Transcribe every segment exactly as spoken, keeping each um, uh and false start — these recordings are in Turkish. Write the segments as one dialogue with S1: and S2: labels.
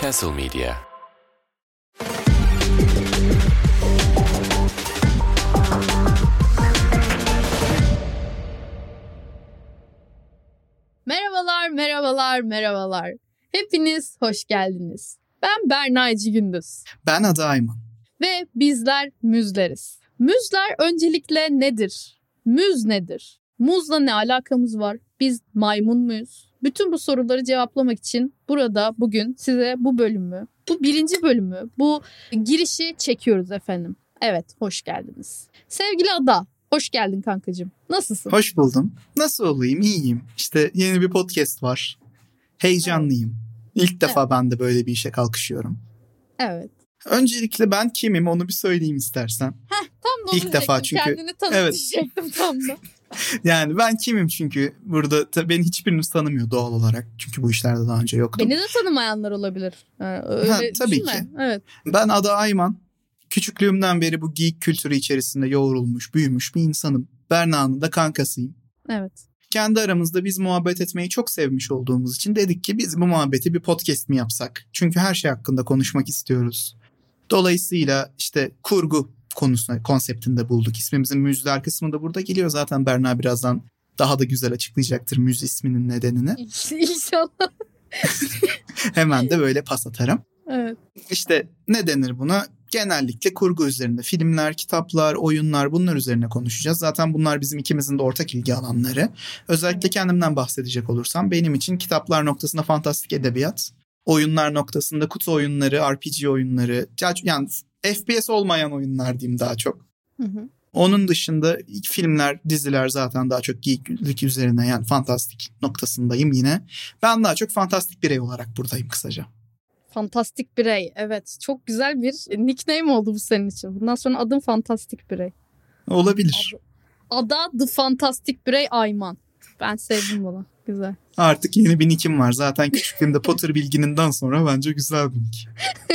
S1: Castle Media.
S2: Merhabalar, merhabalar, merhabalar. Hepiniz hoş geldiniz. Ben Berna Ece Gündüz.
S3: Ben Ada Ayman.
S2: Ve bizler müzleriz. Müzler öncelikle nedir? Müz nedir? Muzla ne alakamız var? Biz maymun muyuz? Bütün bu soruları cevaplamak için burada bugün size bu bölümü, bu birinci bölümü, bu girişi çekiyoruz efendim. Evet, hoş geldiniz. Sevgili Ada, hoş geldin kankacığım. Nasılsın?
S3: Hoş buldum. Nasıl olayım? İyiyim. İşte yeni bir podcast var. Heyecanlıyım. Evet. İlk defa evet. Ben de böyle bir işe kalkışıyorum.
S2: Evet.
S3: Öncelikle ben kimim onu bir söyleyeyim istersen.
S2: Heh, tam da
S3: İlk defa çünkü.
S2: Kendini tanıtacaktım evet. Tam da.
S3: Yani ben kimim çünkü burada tabii beni hiçbiriniz tanımıyor doğal olarak. Çünkü bu işlerde daha önce yoktum.
S2: Beni de tanımayanlar olabilir. Yani öyle
S3: ha, tabii
S2: düşünme.
S3: ki.
S2: Evet.
S3: Ben Ada Ayman. Küçüklüğümden beri bu geek kültürü içerisinde yoğrulmuş, büyümüş bir insanım. Berna'nın da kankasıyım.
S2: Evet.
S3: Kendi aramızda biz muhabbet etmeyi çok sevmiş olduğumuz için dedik ki biz bu muhabbeti bir podcast mi yapsak? Çünkü her şey hakkında konuşmak istiyoruz. Dolayısıyla işte kurgu konusuna, konseptinde bulduk. İsmimizin müzler kısmı da burada geliyor. Zaten Berna birazdan daha da güzel açıklayacaktır müz isminin nedenini.
S2: İnşallah.
S3: Hemen de böyle pas atarım.
S2: Evet.
S3: İşte ne denir buna? Genellikle kurgu üzerinde filmler, kitaplar, oyunlar bunlar üzerine konuşacağız. Zaten bunlar bizim ikimizin de ortak ilgi alanları. Özellikle kendimden bahsedecek olursam benim için kitaplar noktasında fantastik edebiyat, oyunlar noktasında kutu oyunları, R P G oyunları, yani F P S olmayan oyunlar diyeyim daha çok.
S2: Hı hı.
S3: Onun dışında filmler, diziler zaten daha çok geeklik üzerine yani fantastik noktasındayım yine. Ben daha çok fantastik birey olarak buradayım kısaca.
S2: Fantastik birey, evet. Çok güzel bir nickname oldu bu senin için. Bundan sonra adın Fantastik Birey.
S3: Olabilir.
S2: Ada The Fantastik Birey Ayman. Ben sevdim bunu. Güzel.
S3: Artık yeni bir nickim var. Zaten küçüklüğümde Potter bilgininden sonra bence güzel bir nick.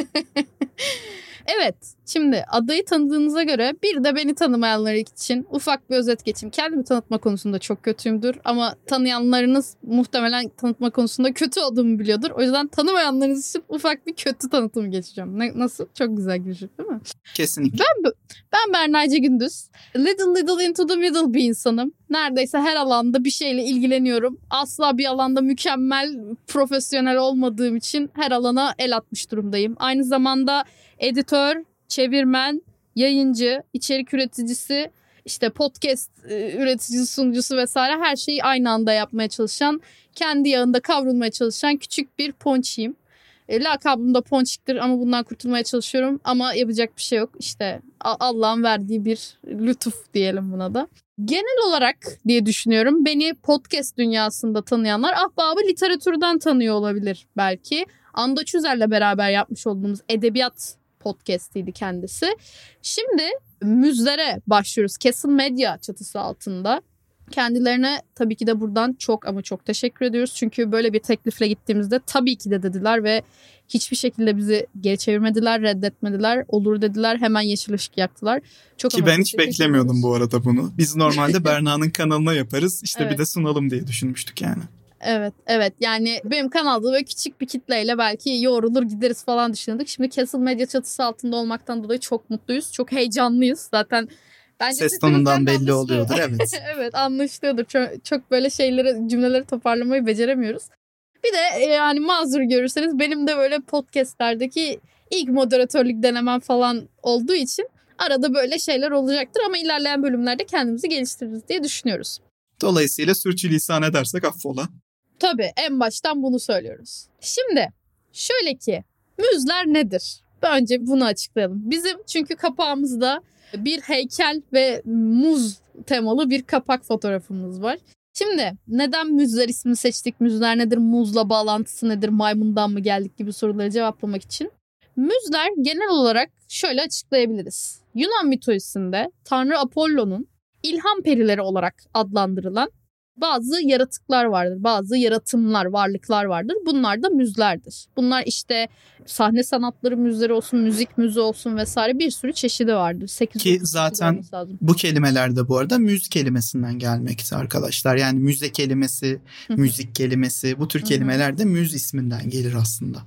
S2: Evet, şimdi Ada'yı tanıdığınıza göre bir de beni tanımayanlar için ufak bir özet geçeyim. Kendimi tanıtma konusunda çok kötüyümdür ama tanıyanlarınız muhtemelen tanıtma konusunda kötü olduğumu biliyordur. O yüzden tanımayanlarınız için ufak bir kötü tanıtım geçeceğim. Ne, nasıl? Çok güzel giriş değil mi?
S3: Kesinlikle.
S2: Ben, ben Berna Ece Gündüz. Little little into the middle bir insanım. Neredeyse her alanda bir şeyle ilgileniyorum. Asla bir alanda mükemmel, profesyonel olmadığım için her alana el atmış durumdayım. Aynı zamanda editör, çevirmen, yayıncı, içerik üreticisi, işte podcast üreticisi, sunucusu vesaire her şeyi aynı anda yapmaya çalışan, kendi yağında kavrulmaya çalışan küçük bir ponçiyim. E, lakabım da ponçiktir ama bundan kurtulmaya çalışıyorum ama yapacak bir şey yok. İşte Allah'ın verdiği bir lütuf diyelim buna da. Genel olarak diye düşünüyorum beni podcast dünyasında tanıyanlar ahbabı literatürden tanıyor olabilir belki. Anda Çüzer'le beraber yapmış olduğumuz edebiyat podcast'iydi kendisi. Şimdi müzlere başlıyoruz. Castle Media çatısı altında. Kendilerine tabii ki de buradan çok ama çok teşekkür ediyoruz. Çünkü böyle bir teklifle gittiğimizde tabii ki de dediler ve hiçbir şekilde bizi geri çevirmediler, reddetmediler. Olur dediler, hemen yeşil ışık yaktılar. Çok
S3: ki ben hiç beklemiyordum bu arada bunu. Biz normalde Berna'nın kanalına yaparız. İşte evet. Bir de sunalım diye düşünmüştük yani.
S2: Evet, evet. Yani benim kanalda böyle küçük bir kitleyle belki yoğrulur gideriz falan düşünüyorduk. Şimdi Castle Media çatısı altında olmaktan dolayı çok mutluyuz. Çok heyecanlıyız. Zaten bence
S3: ses tonundan belli oluyordur, evet.
S2: Evet, anlaşılıyordur. Çok, çok böyle şeyleri, cümleleri toparlamayı beceremiyoruz. Bir de yani mazur görürseniz benim de böyle podcastlerdeki ilk moderatörlük denemem falan olduğu için arada böyle şeyler olacaktır ama ilerleyen bölümlerde kendimizi geliştiririz diye düşünüyoruz.
S3: Dolayısıyla sürçülisan edersek affola.
S2: Tabii en baştan bunu söylüyoruz. Şimdi şöyle ki müzler nedir? Önce bunu açıklayalım. Bizim çünkü kapağımızda bir heykel ve muz temalı bir kapak fotoğrafımız var. Şimdi neden müzler ismini seçtik? Müzler nedir? Muzla bağlantısı nedir? Maymundan mı geldik gibi soruları cevaplamak için. Müzler genel olarak şöyle açıklayabiliriz. Yunan mitolojisinde Tanrı Apollo'nun ilham perileri olarak adlandırılan bazı yaratıklar vardır. Bazı yaratımlar, varlıklar vardır. Bunlar da müzlerdir. Bunlar işte sahne sanatları müzleri olsun, müzik müziği olsun vesaire bir sürü çeşidi vardır. sekiz
S3: Ki zaten bu kelimeler de bu arada müz kelimesinden gelmekte arkadaşlar. Yani müze kelimesi, müzik kelimesi bu tür kelimeler de müz isminden gelir aslında.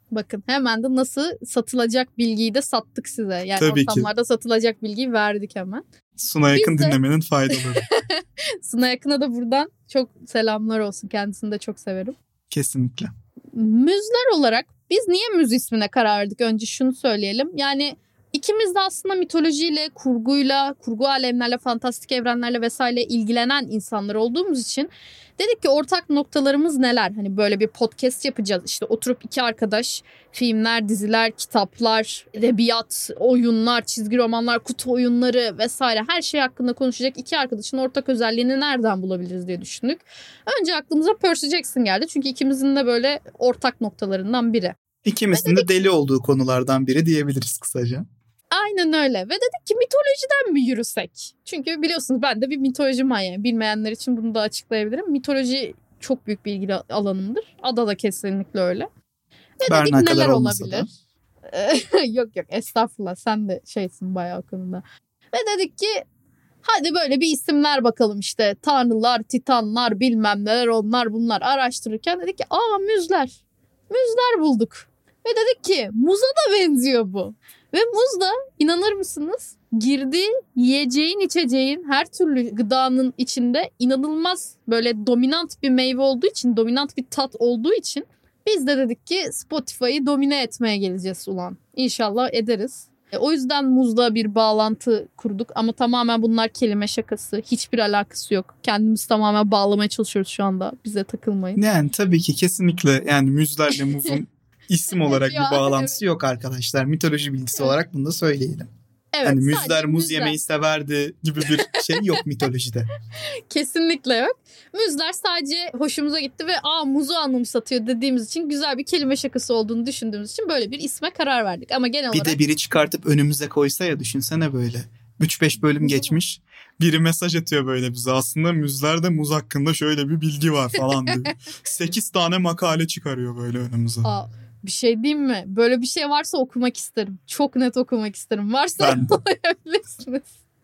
S2: Bakın hemen de nasıl satılacak bilgiyi de sattık size. Yani
S3: Tabii
S2: ortamlarda ki. Satılacak bilgiyi verdik hemen.
S3: Suna Yakın
S2: Biz de...
S3: dinlemenin faydaları.
S2: Suna Yakın'a da buradan çok selamlar olsun. Kendisini de çok severim.
S3: Kesinlikle.
S2: Müzler olarak biz niye müz ismine karar verdik? Önce şunu söyleyelim. Yani ikimiz de aslında mitolojiyle, kurguyla, kurgu alemlerle, fantastik evrenlerle vesaire ilgilenen insanlar olduğumuz için dedik ki ortak noktalarımız neler? Hani böyle bir podcast yapacağız. İşte oturup iki arkadaş filmler, diziler, kitaplar, edebiyat, oyunlar, çizgi romanlar, kutu oyunları vesaire her şey hakkında konuşacak iki arkadaşın ortak özelliğini nereden bulabiliriz diye düşündük. Önce aklımıza Percy Jackson geldi. Çünkü ikimizin de böyle ortak noktalarından biri.
S3: İkimizin de deli olduğu konulardan biri diyebiliriz kısaca.
S2: Aynen öyle. Ve dedik ki mitolojiden mi yürüsek? Çünkü biliyorsunuz ben de bir mitoloji manyağıyım. Bilmeyenler için bunu da açıklayabilirim. Mitoloji çok büyük bir ilgi alanımdır. Ada da kesinlikle öyle. Ve
S3: Berna
S2: dedik
S3: kadar
S2: neler
S3: olmasa
S2: olabilir?
S3: da.
S2: yok yok estağfurullah sen de şeysin bayağı o konuda. Ve dedik ki hadi böyle bir isimler bakalım işte. Tanrılar, titanlar bilmem neler onlar bunlar araştırırken dedik ki aa müzler. Müzler bulduk. Ve dedik ki muza da benziyor bu. Ve muz da inanır mısınız girdiği yiyeceğin içeceğin her türlü gıdanın içinde inanılmaz böyle dominant bir meyve olduğu için dominant bir tat olduğu için biz de dedik ki Spotify'ı domine etmeye geleceğiz ulan. İnşallah ederiz. E, o yüzden muzla bir bağlantı kurduk ama tamamen bunlar kelime şakası. Hiçbir alakası yok. Kendimizi tamamen bağlamaya çalışıyoruz şu anda. Bize takılmayın.
S3: Yani tabii ki kesinlikle yani müzlerle muzun isim olarak
S2: ya,
S3: bir bağlantısı
S2: evet.
S3: yok arkadaşlar. Mitoloji bilgisi evet. olarak bunu da söyleyelim.
S2: Evet,
S3: hani müzler muz
S2: müzler.
S3: yemeyi severdi gibi bir şey yok mitolojide.
S2: Kesinlikle yok. Müzler sadece hoşumuza gitti ve aa muzu anımsatıyor dediğimiz için güzel bir kelime şakası olduğunu düşündüğümüz için böyle bir isme karar verdik. Ama genel
S3: bir
S2: olarak...
S3: de biri çıkartıp önümüze koysa ya düşünsene böyle. üç beş bölüm geçmiş. Biri mesaj atıyor böyle bize. Aslında müzlerde muz hakkında şöyle bir bilgi var falan diyor. sekiz tane makale çıkarıyor böyle önümüze.
S2: Aa, bir şey diyeyim mi? Böyle bir şey varsa okumak isterim. Çok net okumak isterim. Varsa yollayabilirsiniz.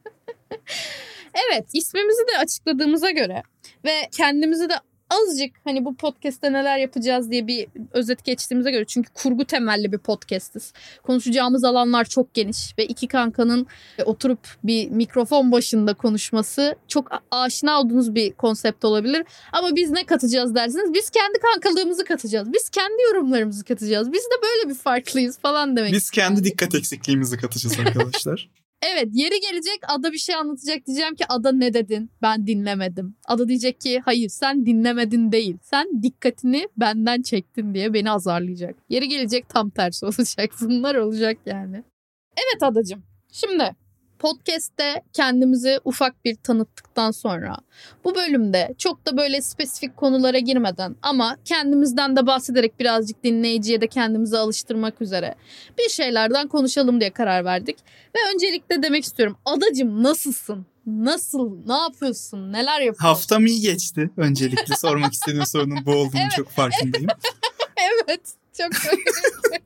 S2: Evet, ismimizi de açıkladığımıza göre ve kendimizi de azıcık hani bu podcast'te neler yapacağız diye bir özet geçtiğimize göre çünkü kurgu temelli bir podcast'iz. Konuşacağımız alanlar çok geniş ve iki kankanın oturup bir mikrofon başında konuşması çok aşina olduğunuz bir konsept olabilir. Ama biz ne katacağız dersiniz? Biz kendi kankalığımızı katacağız. Biz kendi yorumlarımızı katacağız. Biz de böyle bir farklıyız falan demek.
S3: Biz kendi dikkat eksikliğimizi katacağız arkadaşlar.
S2: Evet yeri gelecek Ada bir şey anlatacak diyeceğim ki Ada ne dedin ben dinlemedim. Ada diyecek ki hayır sen dinlemedin değil sen dikkatini benden çektin diye beni azarlayacak. Yeri gelecek tam tersi olacak bunlar olacak yani. Evet Adacığım şimdi podcast'te kendimizi ufak bir tanıttıktan sonra bu bölümde çok da böyle spesifik konulara girmeden ama kendimizden de bahsederek birazcık dinleyiciye de kendimizi alıştırmak üzere bir şeylerden konuşalım diye karar verdik. Ve öncelikle demek istiyorum Adacığım nasılsın? Nasıl? Ne yapıyorsun? Neler yapıyorsun?
S3: Haftam iyi geçti. Öncelikle sormak istediğin sorunun bu olduğunu
S2: evet.
S3: çok farkındayım.
S2: evet. Çok önemli.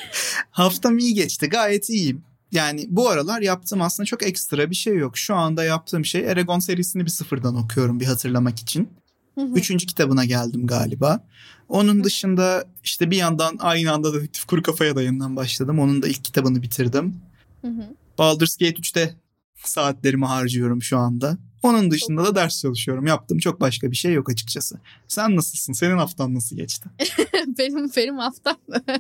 S3: Haftam iyi geçti. Gayet iyiyim. Yani bu aralar yaptığım aslında çok ekstra bir şey yok. Şu anda yaptığım şey Eragon serisini bir sıfırdan okuyorum bir hatırlamak için. Hı hı. Üçüncü kitabına geldim galiba. Onun hı. dışında işte bir yandan aynı anda Dedektif Kuru Kafa'ya da yeniden başladım. Onun da ilk kitabını bitirdim. Hı hı. Baldur's Gate üçte saatlerimi harcıyorum şu anda. Onun dışında çok da ders çalışıyorum. Yaptığım çok başka bir şey yok açıkçası. Sen nasılsın? Senin haftan nasıl geçti?
S2: benim benim haftam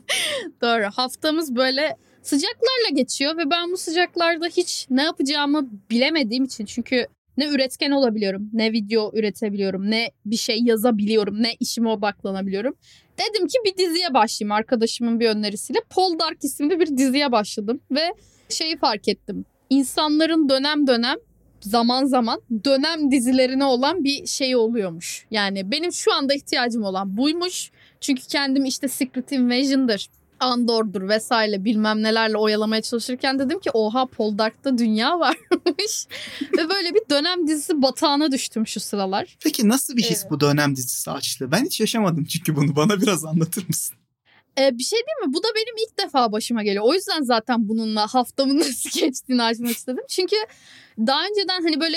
S2: doğru. Haftamız böyle sıcaklarla geçiyor ve ben bu sıcaklarda hiç ne yapacağımı bilemediğim için çünkü ne üretken olabiliyorum, ne video üretebiliyorum, ne bir şey yazabiliyorum, ne işime odaklanabiliyorum. Dedim ki bir diziye başlayayım arkadaşımın bir önerisiyle. Poldark isimli bir diziye başladım ve şeyi fark ettim. İnsanların dönem dönem zaman zaman dönem dizilerine olan bir şey oluyormuş. Yani benim şu anda ihtiyacım olan buymuş. Çünkü kendim işte Secret Invasion'dır, Andor'dur vesaire bilmem nelerle oyalamaya çalışırken dedim ki oha Poldark'ta dünya varmış. Ve böyle bir dönem dizisi batağına düştüm şu sıralar.
S3: Peki nasıl bir his evet. bu dönem dizisi açlığı? Ben hiç yaşamadım çünkü bunu bana biraz anlatır mısın?
S2: Ee, bir şey değil mi? Bu da benim ilk defa başıma geliyor. O yüzden zaten bununla haftamın nasıl geçtiğini açmak istedim. Çünkü daha önceden hani böyle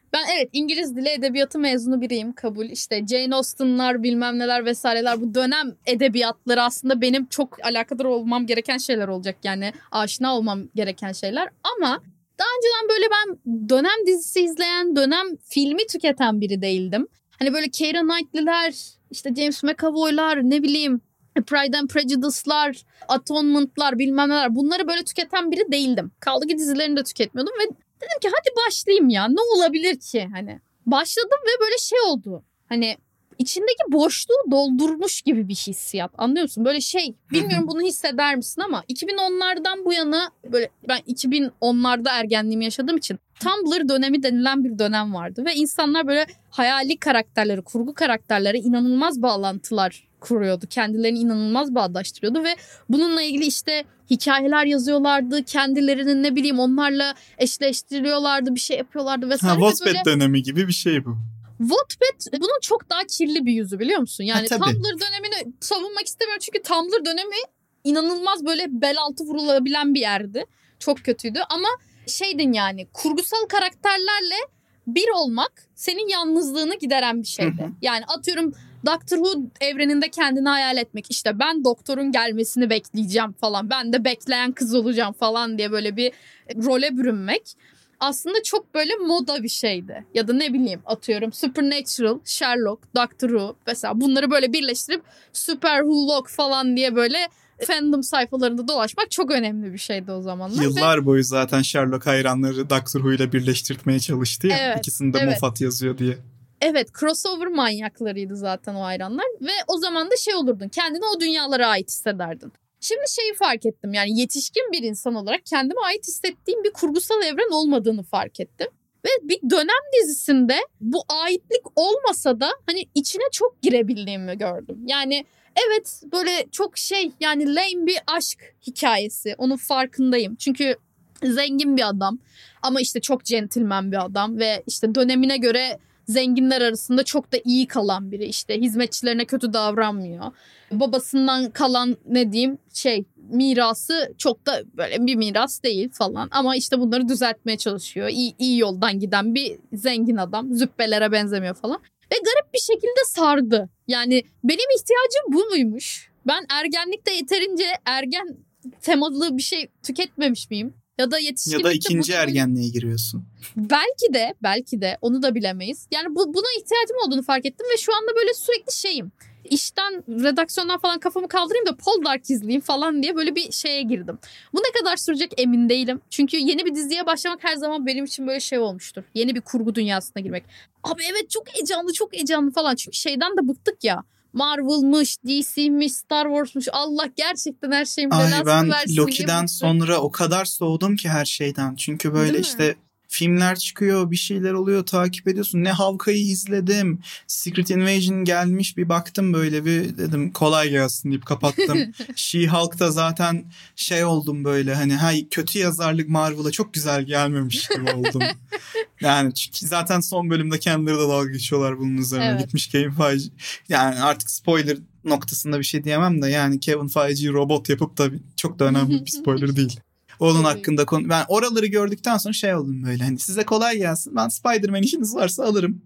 S2: Ben evet İngiliz dili edebiyatı mezunu biriyim, kabul. İşte Jane Austen'lar bilmem neler vesaireler, bu dönem edebiyatları aslında benim çok alakadar olmam gereken şeyler olacak. Yani aşina olmam gereken şeyler ama daha önceden böyle ben dönem dizisi izleyen, dönem filmi tüketen biri değildim. Hani böyle Keira Knightley'ler, işte James McAvoy'lar, ne bileyim Pride and Prejudice'lar, Atonement'lar bilmem neler, bunları böyle tüketen biri değildim. Kaldı ki dizilerini de tüketmiyordum ve dedim ki hadi başlayayım ya, ne olabilir ki hani. Başladım ve böyle şey oldu. Hani içindeki boşluğu doldurmuş gibi bir hissiyat, anlıyor musun? Böyle şey, bilmiyorum bunu hisseder misin ama iki bin onlardan bu yana böyle, ben iki bin onlarda ergenliğimi yaşadığım için Tumblr dönemi denilen bir dönem vardı ve insanlar böyle hayali karakterleri, kurgu karakterlere inanılmaz bağlantılar kuruyordu. Kendilerini inanılmaz bağdaştırıyordu ve bununla ilgili işte hikayeler yazıyorlardı. Kendilerini ne bileyim onlarla eşleştiriyorlardı, bir şey yapıyorlardı vesaire.
S3: Ha, Wattpad böyle... dönemi gibi bir şey bu.
S2: Wattpad bunun çok daha kirli bir yüzü, biliyor musun? Yani
S3: ha,
S2: Tumblr dönemini savunmak istemiyorum çünkü Tumblr dönemi inanılmaz böyle bel altı vurulabilen bir yerdi. Çok kötüydü ama şeydin yani, kurgusal karakterlerle bir olmak senin yalnızlığını gideren bir şeydi. Hı hı. Yani atıyorum Doctor Who evreninde kendini hayal etmek, işte ben doktorun gelmesini bekleyeceğim falan, ben de bekleyen kız olacağım falan diye böyle bir role bürünmek aslında çok böyle moda bir şeydi. Ya da ne bileyim atıyorum Supernatural, Sherlock, Doctor Who mesela, bunları böyle birleştirip Super Who falan diye böyle fandom sayfalarında dolaşmak çok önemli bir şeydi o zamanlar.
S3: Yıllar Ve... boyu zaten Sherlock hayranları Doctor Who ile birleştirmeye çalıştı ya. Evet, ikisini de evet. Moffat yazıyor diye.
S2: Evet, crossover manyaklarıydı zaten o hayranlar. Ve o zaman da şey olurdun, kendini o dünyalara ait hissederdin. Şimdi şeyi fark ettim, yani yetişkin bir insan olarak kendime ait hissettiğim bir kurgusal evren olmadığını fark ettim. Ve bir dönem dizisinde bu aitlik olmasa da hani içine çok girebildiğimi gördüm. Yani evet, böyle çok şey, yani lame bir aşk hikayesi, onun farkındayım. Çünkü zengin bir adam ama işte çok centilmen bir adam ve işte dönemine göre zenginler arasında çok da iyi kalan biri, işte hizmetçilerine kötü davranmıyor. Babasından kalan ne diyeyim şey mirası çok da böyle bir miras değil falan ama işte bunları düzeltmeye çalışıyor. İyi, iyi yoldan giden bir zengin adam, züppelere benzemiyor falan. Ve garip bir şekilde sardı. Yani benim ihtiyacım bu muymuş? Ben ergenlikte yeterince ergen temalı bir şey tüketmemiş miyim? Ya da yetişkinlikte...
S3: Ya da ikinci ergenliğe giriyorsun.
S2: Belki de, belki de onu da bilemeyiz. Yani bu, buna ihtiyacım olduğunu fark ettim ve şu anda böyle sürekli şeyim. İşten, redaksiyondan falan kafamı kaldırayım da Poldark izleyeyim falan diye böyle bir şeye girdim. Bu ne kadar sürecek emin değilim. Çünkü yeni bir diziye başlamak her zaman benim için böyle şey olmuştur. Yeni bir kurgu dünyasına girmek. Abi evet, çok heyecanlı, çok heyecanlı falan. Çünkü şeyden de bıktık ya. Marvel'mış, D C'miş, Star Wars'muş. Allah gerçekten her şeyin belasını
S3: ben
S2: versin.
S3: Loki'den sonra o kadar soğudum ki her şeyden. Çünkü böyle Değil işte... Mi? Filmler çıkıyor, bir şeyler oluyor, takip ediyorsun. Ne Hawkeye'yi izledim. Secret Invasion gelmiş, bir baktım böyle, bir dedim kolay gelsin deyip kapattım. She-Hulk'ta zaten şey oldum böyle, hani hay kötü yazarlık Marvel'a çok güzel gelmemiş gibi oldum. Yani zaten son bölümde kendileri de dalga geçiyorlar bunun üzerine. Evet. Gitmiş Kevin Feige. Yani artık spoiler noktasında bir şey diyemem de yani Kevin Feige'yi robot yapıp da çok da önemli bir spoiler değil. Onun hakkında konu. Ben oraları gördükten sonra şey oldum böyle, hani size kolay gelsin. Ben Spider-Man işiniz varsa alırım.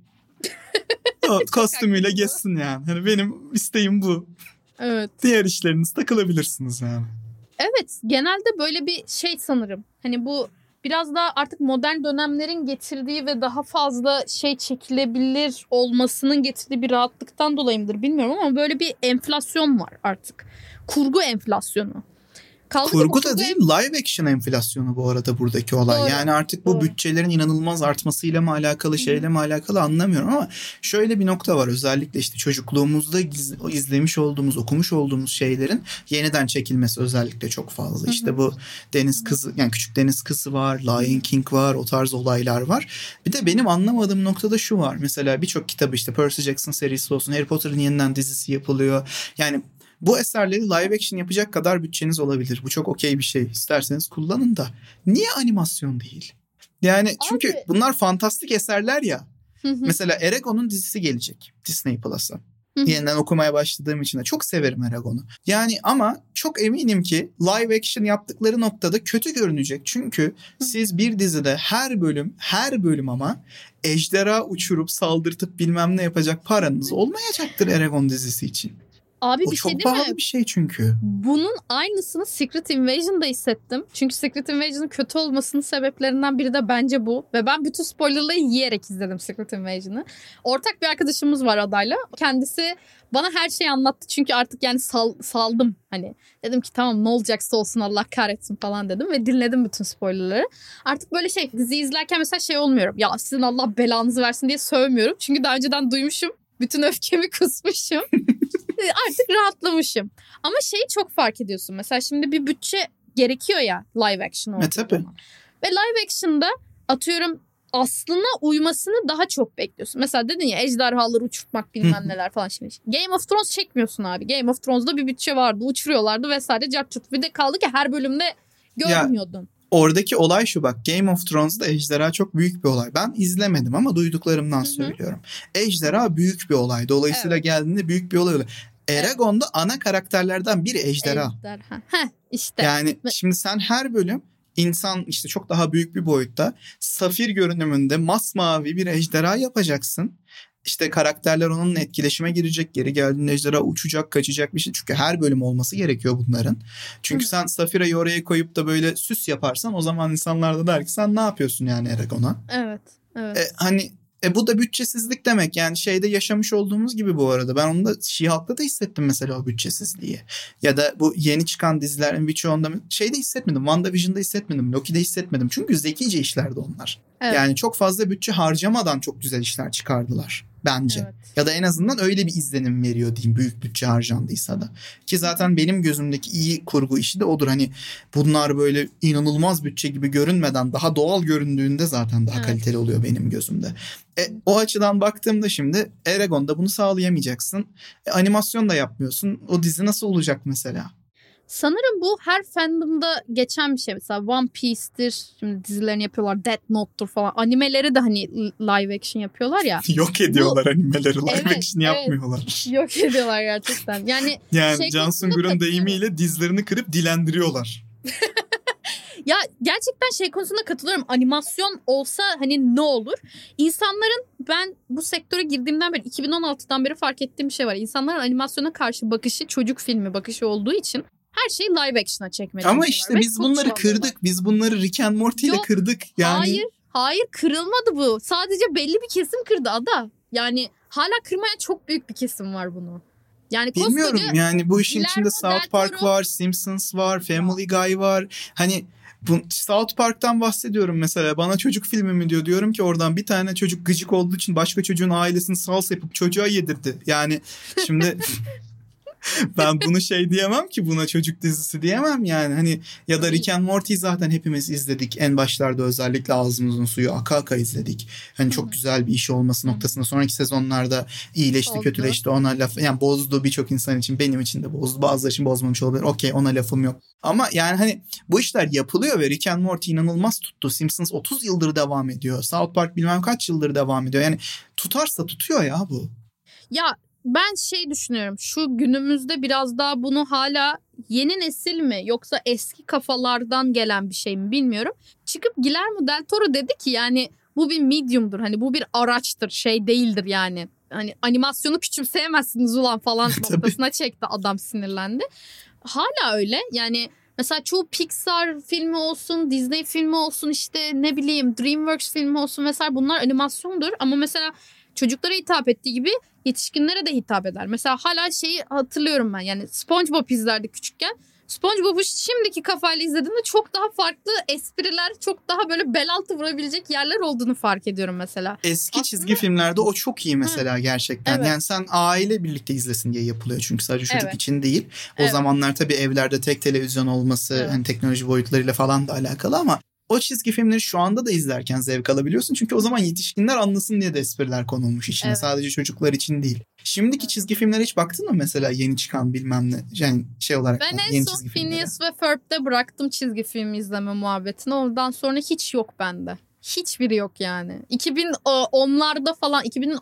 S3: O kostümüyle gezsin yani. Hani benim isteğim bu.
S2: Evet.
S3: Diğer işleriniz takılabilirsiniz yani.
S2: Evet, genelde böyle bir şey sanırım. Hani bu biraz daha artık modern dönemlerin getirdiği ve daha fazla şey çekilebilir olmasının getirdiği bir rahatlıktan dolayı mıdır bilmiyorum ama böyle bir enflasyon var artık. Kurgu enflasyonu.
S3: Kaldı Kurgu da değil, live action enflasyonu bu arada buradaki olay. Doğru. Yani artık bu Doğru. bütçelerin inanılmaz artmasıyla mı alakalı, şeyle mi alakalı anlamıyorum ama şöyle bir nokta var. Özellikle işte çocukluğumuzda izlemiş olduğumuz, okumuş olduğumuz şeylerin yeniden çekilmesi özellikle çok fazla. Hı hı. İşte bu Deniz Kızı, yani Küçük Deniz Kızı var, Lion King var, o tarz olaylar var. Bir de benim anlamadığım noktada şu var. Mesela birçok kitabı, işte Percy Jackson serisi olsun, Harry Potter'ın yeniden dizisi yapılıyor. Yani bu eserleri live action yapacak kadar bütçeniz olabilir. Bu çok okey bir şey. İsterseniz kullanın da. Niye animasyon değil? Yani çünkü Abi. bunlar fantastik eserler ya. Hı hı. Mesela Eragon'un dizisi gelecek Disney Plus'a. Yeniden okumaya başladığım için de çok severim Eragon'u. Yani ama çok eminim ki live action yaptıkları noktada kötü görünecek. Çünkü siz bir dizide her bölüm, her bölüm ama ejderha uçurup saldırtıp bilmem ne yapacak paranız olmayacaktır Eragon dizisi için.
S2: Abi
S3: o
S2: bir
S3: çok
S2: şey değil
S3: pahalı
S2: mi?
S3: bir şey çünkü.
S2: Bunun aynısını Secret Invasion'da hissettim. Çünkü Secret Invasion'ın kötü olmasının sebeplerinden biri de bence bu. Ve ben bütün spoilerları yiyerek izledim Secret Invasion'ı. Ortak bir arkadaşımız var adayla. Kendisi bana her şeyi anlattı. Çünkü artık yani sal, saldım. Hani dedim ki tamam ne olacaksa olsun Allah kahretsin falan dedim. Ve dinledim bütün spoilerları. Artık böyle şey dizi izlerken mesela şey olmuyorum. Ya sizin Allah belanızı versin diye sövmüyorum. Çünkü daha önceden duymuşum. Bütün öfkemi kusmuşum. Artık rahatlamışım. Ama şeyi çok fark ediyorsun. Mesela şimdi bir bütçe gerekiyor ya live action olduğu
S3: E,
S2: zaman. Ve live action'da atıyorum aslına uymasını daha çok bekliyorsun. Mesela dedin ya ejderhaları uçurtmak bilmem neler falan. Şimdi Game of Thrones çekmiyorsun abi. Game of Thrones'da bir bütçe vardı. Uçuruyorlardı vesaire. Cartçut. Bir de kaldı ki her bölümde görmüyordun. Ya,
S3: oradaki olay şu bak. Game of Thrones'da ejderha çok büyük bir olay. Ben izlemedim ama duyduklarımdan Hı-hı. söylüyorum. Ejderha büyük bir olay. Dolayısıyla evet. geldiğinde büyük bir olay oluyor. Eragon'da evet. ana karakterlerden biri ejderha.
S2: Ejderha. Heh, işte.
S3: Yani şimdi sen her bölüm insan işte çok daha büyük bir boyutta safir görünümünde masmavi bir ejderha yapacaksın. İşte karakterler onunla etkileşime girecek. Geri geldiğinde ejderha uçacak, kaçacak bir şey. Çünkü her bölüm olması gerekiyor bunların. Çünkü Hı. sen Safira'yı oraya koyup da böyle süs yaparsan o zaman insanlar da der ki sen ne yapıyorsun yani Eragon'a?
S2: Evet. evet.
S3: E, hani E bu da bütçesizlik demek. Yani şeyde yaşamış olduğumuz gibi bu arada. Ben onu da She-Hulk'ta da hissettim mesela o bütçesizliği. Ya da bu yeni çıkan dizilerin birçoğunda şeyde hissetmedim. WandaVision'da hissetmedim. Loki'de hissetmedim. Çünkü zekice işlerdi onlar. Evet. Yani çok fazla bütçe harcamadan çok güzel işler çıkardılar bence. Evet. Ya da en azından öyle bir izlenim veriyor diyeyim büyük bütçe harcandıysa da. Ki zaten benim gözümdeki iyi kurgu işi de odur. Hani bunlar böyle inanılmaz bütçe gibi görünmeden daha doğal göründüğünde zaten daha evet. kaliteli oluyor benim gözümde. E, o açıdan baktığımda şimdi Eragon'da bunu sağlayamayacaksın. E, animasyon da yapmıyorsun. O dizi nasıl olacak mesela?
S2: Sanırım bu her fandomda geçen bir şey. Mesela One Piece'tir. Şimdi dizilerini yapıyorlar. Death Note'tur falan. Animeleri de hani live action yapıyorlar ya.
S3: Yok ediyorlar bu... animeleri. Live evet, action evet. yapmıyorlar.
S2: Yok ediyorlar gerçekten. Yani,
S3: yani şey Can Sungur'un deyimiyle dizlerini kırıp dilendiriyorlar.
S2: Ya gerçekten şey konusunda katılıyorum. Animasyon olsa hani ne olur? İnsanların ben bu sektöre girdiğimden beri iki bin on altıdan beri fark ettiğim bir şey var. İnsanların animasyona karşı bakışı çocuk filmi bakışı olduğu için her şeyi live action'a çekmeye
S3: Ama işte biz bunları kırdık. Biz bunları Rick and Morty ile kırdık. Yani...
S2: Hayır. Hayır kırılmadı bu. Sadece belli bir kesim kırdı ada. Yani hala kırmaya çok büyük bir kesim var bunu. Yani
S3: bilmiyorum yani bu işin içinde South Park var, Simpsons var, Family Guy var. Hani bu South Park'tan bahsediyorum mesela. Bana çocuk filmi mi diyor. Diyorum ki oradan bir tane çocuk gıcık olduğu için başka çocuğun ailesini salsa yapıp çocuğa yedirdi. Yani şimdi ben bunu şey diyemem ki buna çocuk dizisi diyemem yani. Hani ya da Rick and Morty zaten hepimiz izledik. En başlarda özellikle ağzımızın suyu aka aka izledik. Hani çok güzel bir iş olması noktasında. Sonraki sezonlarda iyileşti, oldu. Kötüleşti. Ona laf yani bozdu birçok insan için. Benim için de bozdu. Bazıları için bozmamış olabilir. Okey ona lafım yok. Ama yani hani bu işler yapılıyor ve Rick and Morty inanılmaz tuttu. Simpsons otuz yıldır devam ediyor. South Park bilmem kaç yıldır devam ediyor. Yani tutarsa tutuyor ya bu.
S2: Ya ben şey düşünüyorum. Şu günümüzde biraz daha bunu hala yeni nesil mi yoksa eski kafalardan gelen bir şey mi bilmiyorum. Çıkıp Guillermo del Toro dedi ki yani bu bir medium'dur. Hani bu bir araçtır, şey değildir yani. Hani animasyonu küçümseyemezsiniz ulan falan noktasına çekti adam sinirlendi. Hala öyle. Yani mesela çoğu Pixar filmi olsun, Disney filmi olsun işte ne bileyim DreamWorks filmi olsun vesaire bunlar animasyondur. Ama mesela çocuklara hitap ettiği gibi yetişkinlere de hitap eder. Mesela hala şeyi hatırlıyorum ben yani SpongeBob izlerdik küçükken. SpongeBob'u şimdiki kafayla izlediğimde çok daha farklı espriler, çok daha böyle bel altı vurabilecek yerler olduğunu fark ediyorum mesela.
S3: Eski Aslında... çizgi filmlerde o çok iyi mesela Hı. gerçekten. Evet. Yani sen aile birlikte izlesin diye yapılıyor çünkü sadece çocuk evet. için değil. O evet. zamanlar tabii evlerde tek televizyon olması, evet. hani teknoloji boyutlarıyla falan da alakalı ama o çizgi filmleri şu anda da izlerken zevk alabiliyorsun. Çünkü o zaman yetişkinler anlasın diye de espriler konulmuş içine. Evet. Sadece çocuklar için değil. Şimdiki evet. çizgi filmlere hiç baktın mı mesela yeni çıkan bilmem ne yani şey olarak?
S2: Ben
S3: en
S2: yeni son Phineas ve Ferb'de bıraktım çizgi film izleme muhabbetini. Oradan sonra hiç yok bende. Hiçbiri yok yani. iki bin onlarda falan iki bin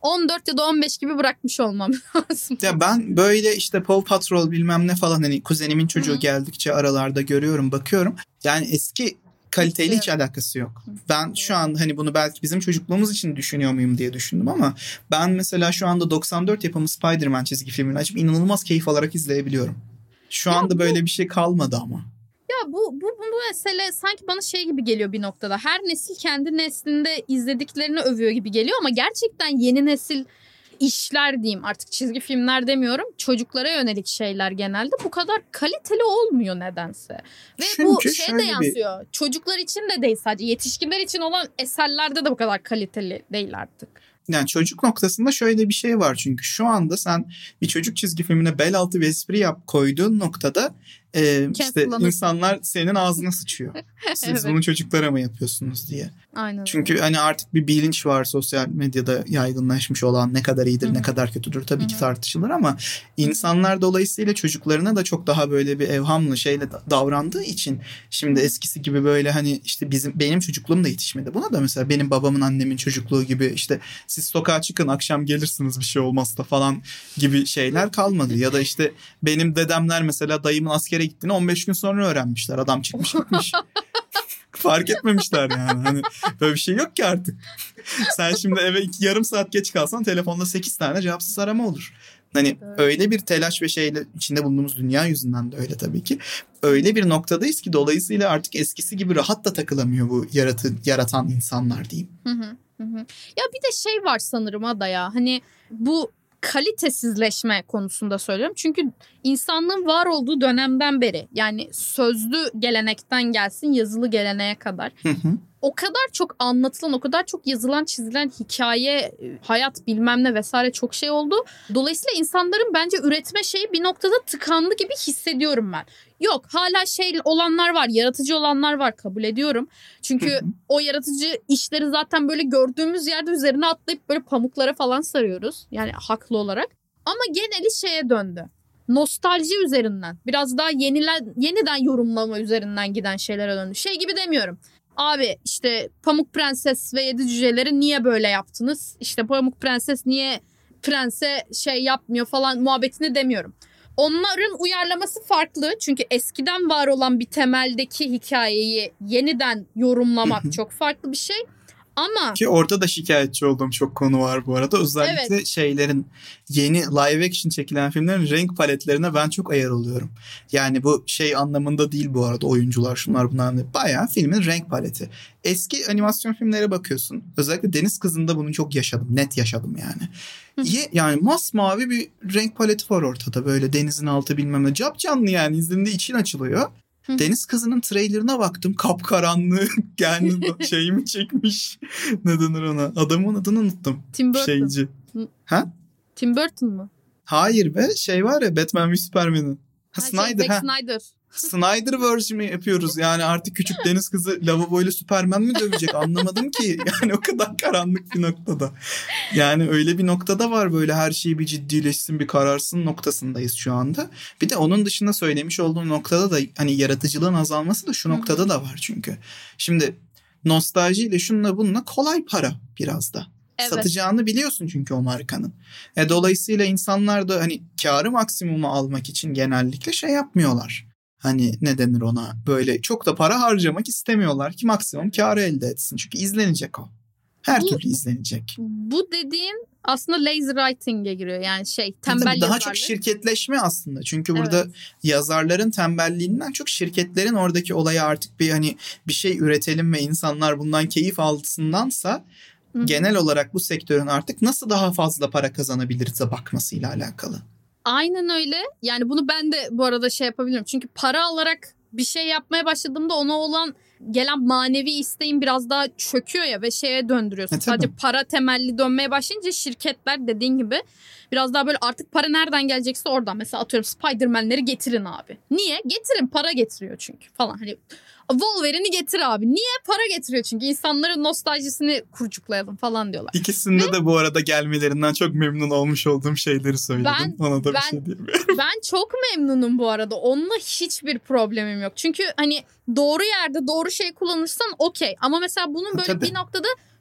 S2: on dört ya da on beş gibi bırakmış olmam lazım.
S3: Ya ben böyle işte Paw Patrol bilmem ne falan hani kuzenimin çocuğu Hı-hı. geldikçe aralarda görüyorum, bakıyorum. Yani eski kaliteyle hiç alakası yok. Ben şu an hani bunu belki bizim çocukluğumuz için düşünüyor muyum diye düşündüm ama ben mesela şu anda doksan dört yapımı Spider-Man çizgi filmini açıp inanılmaz keyif alarak izleyebiliyorum. Şu ya anda bu, böyle bir şey kalmadı ama.
S2: Ya bu, bu, bu mesele sanki bana şey gibi geliyor bir noktada. Her nesil kendi neslinde izlediklerini övüyor gibi geliyor ama gerçekten yeni nesil işler diyeyim, artık çizgi filmler demiyorum, çocuklara yönelik şeyler genelde bu kadar kaliteli olmuyor nedense. Ve çünkü bu şeye de yansıyor. Bir... Çocuklar için de değil, sadece yetişkinler için olan eserlerde de bu kadar kaliteli değil artık.
S3: Yani çocuk noktasında şöyle bir şey var, çünkü şu anda sen bir çocuk çizgi filmine bel altı bir espri yap koyduğun noktada e, işte insanlar senin ağzına sıçıyor. Siz evet. bunu çocuklara mı yapıyorsunuz diye.
S2: Aynen.
S3: Çünkü hani artık bir bilinç var sosyal medyada yaygınlaşmış olan, ne kadar iyidir Hı-hı. ne kadar kötüdür tabii Hı-hı. ki tartışılır ama insanlar dolayısıyla çocuklarına da çok daha böyle bir evhamlı şeyle davrandığı için şimdi eskisi gibi böyle hani işte bizim benim çocukluğum da yetişmedi. Buna da mesela benim babamın annemin çocukluğu gibi işte siz sokağa çıkın akşam gelirsiniz bir şey olmaz da falan gibi şeyler kalmadı. Ya da işte benim dedemler mesela dayımın askere gittiğini on beş gün sonra öğrenmişler. Adam çıkmış gitmiş. Fark etmemişler yani. Hani böyle bir şey yok ki artık. Sen şimdi eve iki, yarım saat geç kalsan telefonda sekiz tane cevapsız arama olur. Hani evet. öyle bir telaş ve şeyle içinde bulunduğumuz dünya yüzünden de öyle tabii ki. Öyle bir noktadayız ki dolayısıyla artık eskisi gibi rahat da takılamıyor bu yaratı, yaratan insanlar diyeyim.
S2: Hı hı, hı. Ya bir de şey var sanırım Ada ya. Hani bu kalitesizleşme konusunda söylüyorum. Çünkü insanlığın var olduğu dönemden beri, yani sözlü gelenekten gelsin yazılı geleneğe kadar
S3: hı hı.
S2: o kadar çok anlatılan, o kadar çok yazılan, çizilen hikaye, hayat bilmem ne vesaire çok şey oldu. Dolayısıyla insanların bence üretme şeyi bir noktada tıkandı gibi hissediyorum ben. Yok, hala şey olanlar var, yaratıcı olanlar var, kabul ediyorum. Çünkü hı hı. o yaratıcı işleri zaten böyle gördüğümüz yerde üzerine atlayıp böyle pamuklara falan sarıyoruz. Yani haklı olarak. Ama geneli şeye döndü. Nostalji üzerinden, biraz daha yenilen, yeniden yorumlama üzerinden giden şeylere döndü. Şey gibi demiyorum. Abi işte Pamuk Prenses ve Yedi Cüceleri niye böyle yaptınız? İşte Pamuk Prenses niye prense şey yapmıyor falan muhabbetini demiyorum. Onların uyarlaması farklı. Çünkü eskiden var olan bir temeldeki hikayeyi yeniden yorumlamak çok farklı bir şey. Ama
S3: ki orada da şikayetçi olduğum çok konu var bu arada. Özellikle evet. şeylerin, yeni live action çekilen filmlerin renk paletlerine ben çok ayar oluyorum. Yani bu şey anlamında değil bu arada, oyuncular şunlar bunlar, bayağı filmin renk paleti. Eski animasyon filmlere bakıyorsun. Özellikle Deniz Kızı'nda bunu çok yaşadım. Net yaşadım yani. Ye, yani masmavi bir renk paleti var ortada. Böyle denizin altı bilmem ne. Capcanlı yani, izlediğinde için açılıyor. Deniz Kızı'nın trailerına baktım. Kapkaranlığı yani şeyimi çekmiş. Ne denir ona? Adamın adını unuttum.
S2: Tim Burton.
S3: Şeyci. Ha?
S2: Tim Burton mu?
S3: Hayır be. Şey var ya, Batman ve Superman'in. Ha, Snyder.
S2: Şey,
S3: ha.
S2: Snyder.
S3: Snyder versiyonu yapıyoruz. Yani artık küçük deniz kızı lavaboyla Superman mi dövecek? Anlamadım ki. Yani o kadar karanlık bir noktada. Yani öyle bir noktada var, böyle her şey bir ciddileşsin, bir kararsın noktasındayız şu anda. Bir de onun dışında söylemiş olduğum noktada da hani yaratıcılığın azalması da şu noktada da var çünkü. Şimdi nostaljiyle şununla bununla kolay para biraz da. Evet. Satacağını biliyorsun çünkü o markanın. E, dolayısıyla insanlar da hani karı maksimuma almak için genellikle şey yapmıyorlar. Hani ne denir ona, böyle çok da para harcamak istemiyorlar ki maksimum karı elde etsin. Çünkü izlenecek o. Her bu, türlü izlenecek.
S2: Bu dediğin aslında lazy writing'e giriyor. Yani şey, tembel yazarlık.
S3: Daha çok şirketleşme aslında. Çünkü burada evet. yazarların tembelliğinden çok şirketlerin oradaki olaya artık bir hani bir şey üretelim ve insanlar bundan keyif alsındansa Hı-hı. genel olarak bu sektörün artık nasıl daha fazla para kazanabiliriz'e bakmasıyla alakalı.
S2: Aynen öyle. Yani bunu ben de bu arada şey yapabilirim. Çünkü para alarak bir şey yapmaya başladığımda ona olan gelen manevi isteğin biraz daha çöküyor ya ve şeye döndürüyorsun. E, Sadece para temelli dönmeye başlayınca şirketler dediğin gibi biraz daha böyle artık para nereden gelecekse oradan. Mesela atıyorum Spider-Man'leri getirin abi. Niye? Getirin, para getiriyor çünkü falan. Hani Wolverine'i getir abi. Niye? Para getiriyor çünkü. İnsanların nostaljisini kurcuklayalım falan diyorlar.
S3: İkisinde Ve, de bu arada gelmelerinden çok memnun olmuş olduğum şeyleri söyledim.
S2: Ben,
S3: Ona da
S2: ben,
S3: bir şey diyemiyorum.
S2: Ben çok memnunum bu arada. Onunla hiçbir problemim yok. Çünkü hani doğru yerde doğru şey kullanırsan okey. Ama mesela bunun böyle Tabii. bir noktada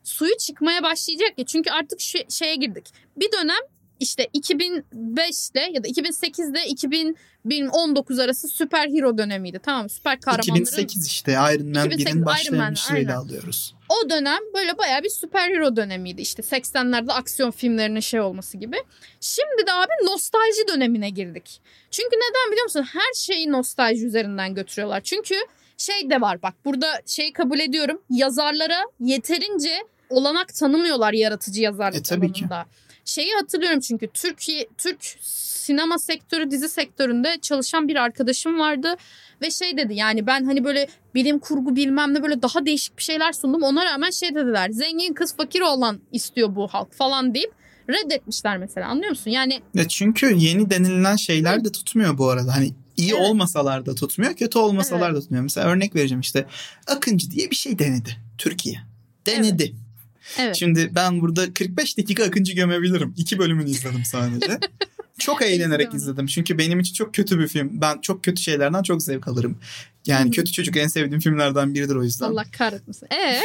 S2: suyu çıkmaya başlayacak ya. Çünkü artık şu şeye girdik. Bir dönem işte iki bin beşte ya da iki bin sekizde iki bin on dokuz arası süper hero dönemiydi. Tamam mı? Süper kahramanların.
S3: iki bin sekiz işte Iron Man birin başlamışlığıyla alıyoruz.
S2: O dönem böyle bayağı bir süper hero dönemiydi. İşte seksenlerde aksiyon filmlerinin şey olması gibi. Şimdi de abi nostalji dönemine girdik. Çünkü neden biliyor musun? Her şeyi nostalji üzerinden götürüyorlar. Çünkü şey de var bak, burada şeyi kabul ediyorum. Yazarlara yeterince olanak tanımıyorlar yaratıcı yazarlık
S3: e, tabii
S2: alanında.
S3: Ki.
S2: Şeyi hatırlıyorum çünkü Türkiye Türk sinema sektörü, dizi sektöründe çalışan bir arkadaşım vardı ve şey dedi, yani ben hani böyle bilim kurgu bilmem ne böyle daha değişik bir şeyler sundum, ona rağmen şey dediler, zengin kız fakir olan istiyor bu halk falan deyip reddetmişler mesela, anlıyor musun? Yani
S3: ya çünkü yeni denilen şeyler
S2: Hı.
S3: de tutmuyor bu arada. Hani iyi evet. olmasalar da tutmuyor, kötü olmasalar evet. da tutmuyor. Mesela örnek vereceğim, işte Akıncı diye bir şey denedi Türkiye. Denedi. Evet. Evet. Şimdi ben burada kırk beş dakika Akıncı gömebilirim. İki bölümünü izledim sadece. Çok eğlenerek izledim. Çünkü benim için çok kötü bir film. Ben çok kötü şeylerden çok zevk alırım. Yani Hı-hı. Kötü Çocuk en sevdiğim filmlerden biridir o yüzden.
S2: Allah kahretmesin. Ee?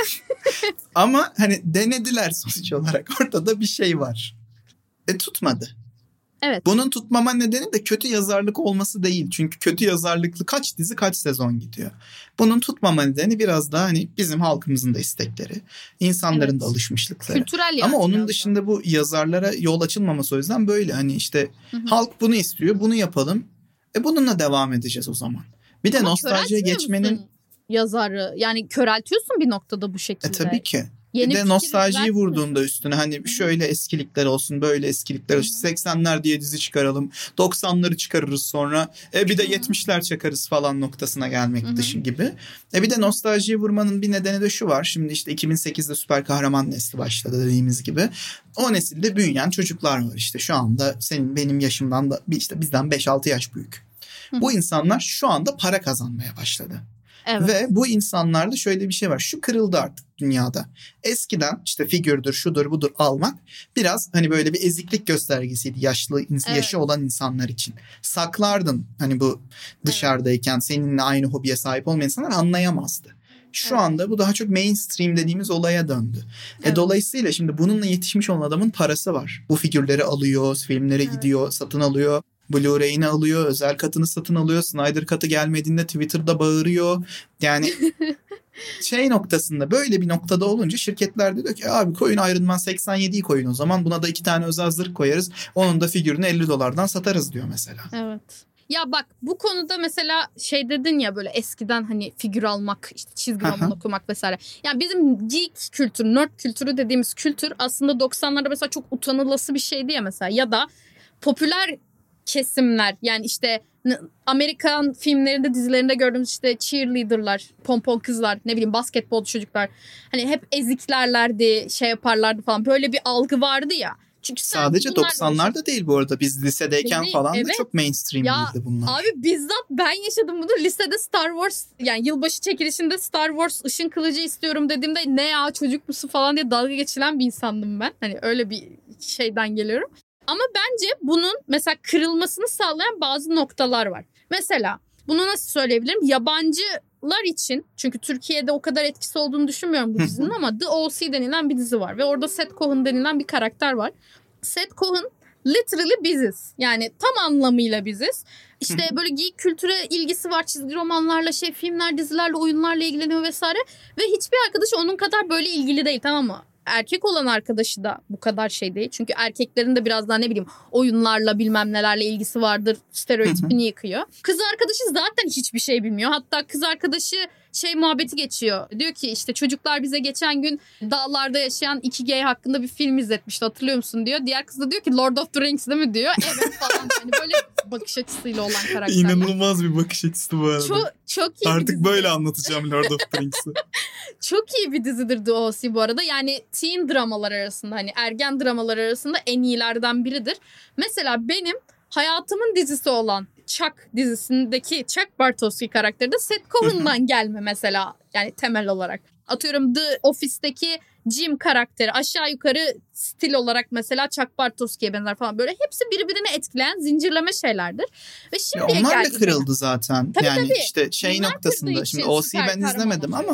S3: Ama hani denediler sonuç olarak. Ortada bir şey var. E tutmadı.
S2: Evet.
S3: Bunun tutmama nedeni de kötü yazarlık olması değil. Çünkü kötü yazarlıklı kaç dizi kaç sezon gidiyor. Bunun tutmama nedeni biraz daha hani bizim halkımızın da istekleri, insanların evet. da alışmışlıkları.
S2: Kültürel yani.
S3: Ama onun dışında da bu yazarlara yol açılmaması o yüzden böyle hani işte Hı-hı. halk bunu istiyor, bunu yapalım. E bununla devam edeceğiz o zaman. Bir de Ama nostaljiye geçmenin
S2: yazarı yani köreltiyorsun bir noktada bu şekilde.
S3: E tabii ki.
S2: Yeni
S3: bir de nostaljiyi vurduğunda üstüne hani Hı-hı. şöyle eskilikler olsun, böyle eskilikler olsun. seksenler diye dizi çıkaralım. doksanları çıkarırız sonra. E bir de Hı-hı. yetmişler çakarız falan noktasına gelmek Hı-hı. dışı gibi. E bir de nostaljiyi vurmanın bir nedeni de şu var. Şimdi işte iki bin sekizde süper kahraman nesli başladı dediğimiz gibi. O nesilde büyüyen çocuklar var işte. Şu anda senin benim yaşımdan da işte bizden beş altı yaş büyük. Hı-hı. Bu insanlar şu anda para kazanmaya başladı. Evet. Ve bu insanlarda şöyle bir şey var. Şu kırıldı artık dünyada. Eskiden işte figürdür, şudur, budur almak biraz hani böyle bir eziklik göstergesiydi yaşlı evet. yaşı olan insanlar için. Saklardın hani bu dışarıdayken evet. seninle aynı hobiye sahip olmayan insanlar anlayamazdı. Şu evet. anda bu daha çok mainstream dediğimiz olaya döndü. Evet. E dolayısıyla şimdi bununla yetişmiş olan adamın parası var. Bu figürleri alıyor, filmlere evet. gidiyor, satın alıyor. Blu-ray'ini alıyor, özel katını satın alıyor. Snyder katı gelmediğinde Twitter'da bağırıyor. Yani şey noktasında böyle bir noktada olunca şirketler diyor ki abi koyun Iron Man seksen yediyi koyun o zaman. Buna da iki tane özel zırh koyarız. Onun da figürünü elli dolardan satarız diyor mesela.
S2: Evet. Ya bak bu konuda mesela şey dedin ya böyle eskiden hani figür almak, işte çizgi roman okumak vesaire. Yani bizim geek kültürü, nerd kültürü dediğimiz kültür aslında doksanlarda mesela çok utanılası bir şeydi ya mesela. Ya da popüler kesimler yani işte Amerikan filmlerinde, dizilerinde gördüğümüz işte cheerleader'lar, pompon kızlar, ne bileyim basketbol çocuklar hani hep eziklerlerdi, şey yaparlardı falan, böyle bir algı vardı ya. Çünkü
S3: sadece doksanlarda değil bu arada, biz lisedeyken değil, falan evet. da çok mainstream ya, değildi bunlar.
S2: Abi bizzat ben yaşadım bunu lisede. Star Wars yani yılbaşı çekilişinde Star Wars ışın kılıcı istiyorum dediğimde ne ya çocuk musun falan diye dalga geçilen bir insandım ben. Hani öyle bir şeyden geliyorum. Ama bence bunun mesela kırılmasını sağlayan bazı noktalar var. Mesela bunu nasıl söyleyebilirim? Yabancılar için, çünkü Türkiye'de o kadar etkisi olduğunu düşünmüyorum bu dizinin ama The O C denilen bir dizi var. Ve orada Seth Cohen denilen bir karakter var. Seth Cohen literally biziz. Yani tam anlamıyla biziz. İşte böyle geek kültüre ilgisi var. Çizgi romanlarla, şey filmler, dizilerle, oyunlarla ilgileniyor vesaire. Ve hiçbir arkadaşı onun kadar böyle ilgili değil, tamam mı? Erkek olan arkadaşı da bu kadar şey değil. Çünkü erkeklerin de biraz daha ne bileyim oyunlarla bilmem nelerle ilgisi vardır. Stereotipini yıkıyor. Kız arkadaşı zaten hiçbir şey bilmiyor. Hatta kız arkadaşı şey muhabbeti geçiyor. Diyor ki işte çocuklar bize geçen gün dağlarda yaşayan iki gay hakkında bir film izletmişti, hatırlıyor musun diyor. Diğer kız da diyor ki Lord of the Rings değil mi diyor. Evet falan. Yani böyle bakış açısıyla olan karakterler.
S3: İnanılmaz bir bakış açısı bu arada.
S2: Çok, çok iyi.
S3: Artık böyle anlatacağım Lord of the Rings'i.
S2: Çok iyi bir dizidir The O C bu arada. Yani teen dramalar arasında, hani ergen dramalar arasında en iyilerden biridir. Mesela benim hayatımın dizisi olan Chuck dizisindeki Chuck Bartowski karakteri de Seth Cohen'dan gelme mesela. Yani temel olarak. Atıyorum The Office'teki Jim karakteri aşağı yukarı stil olarak mesela Chuck Bartowski'ye benzer falan. Böyle hepsi birbirini etkileyen zincirleme şeylerdir. Ve şimdiye
S3: onlar
S2: da
S3: kırıldı zaten.
S2: Tabii,
S3: yani
S2: tabii.
S3: işte şey
S2: Bunlar
S3: noktasında. Şimdi O C'yi ben izlemedim ama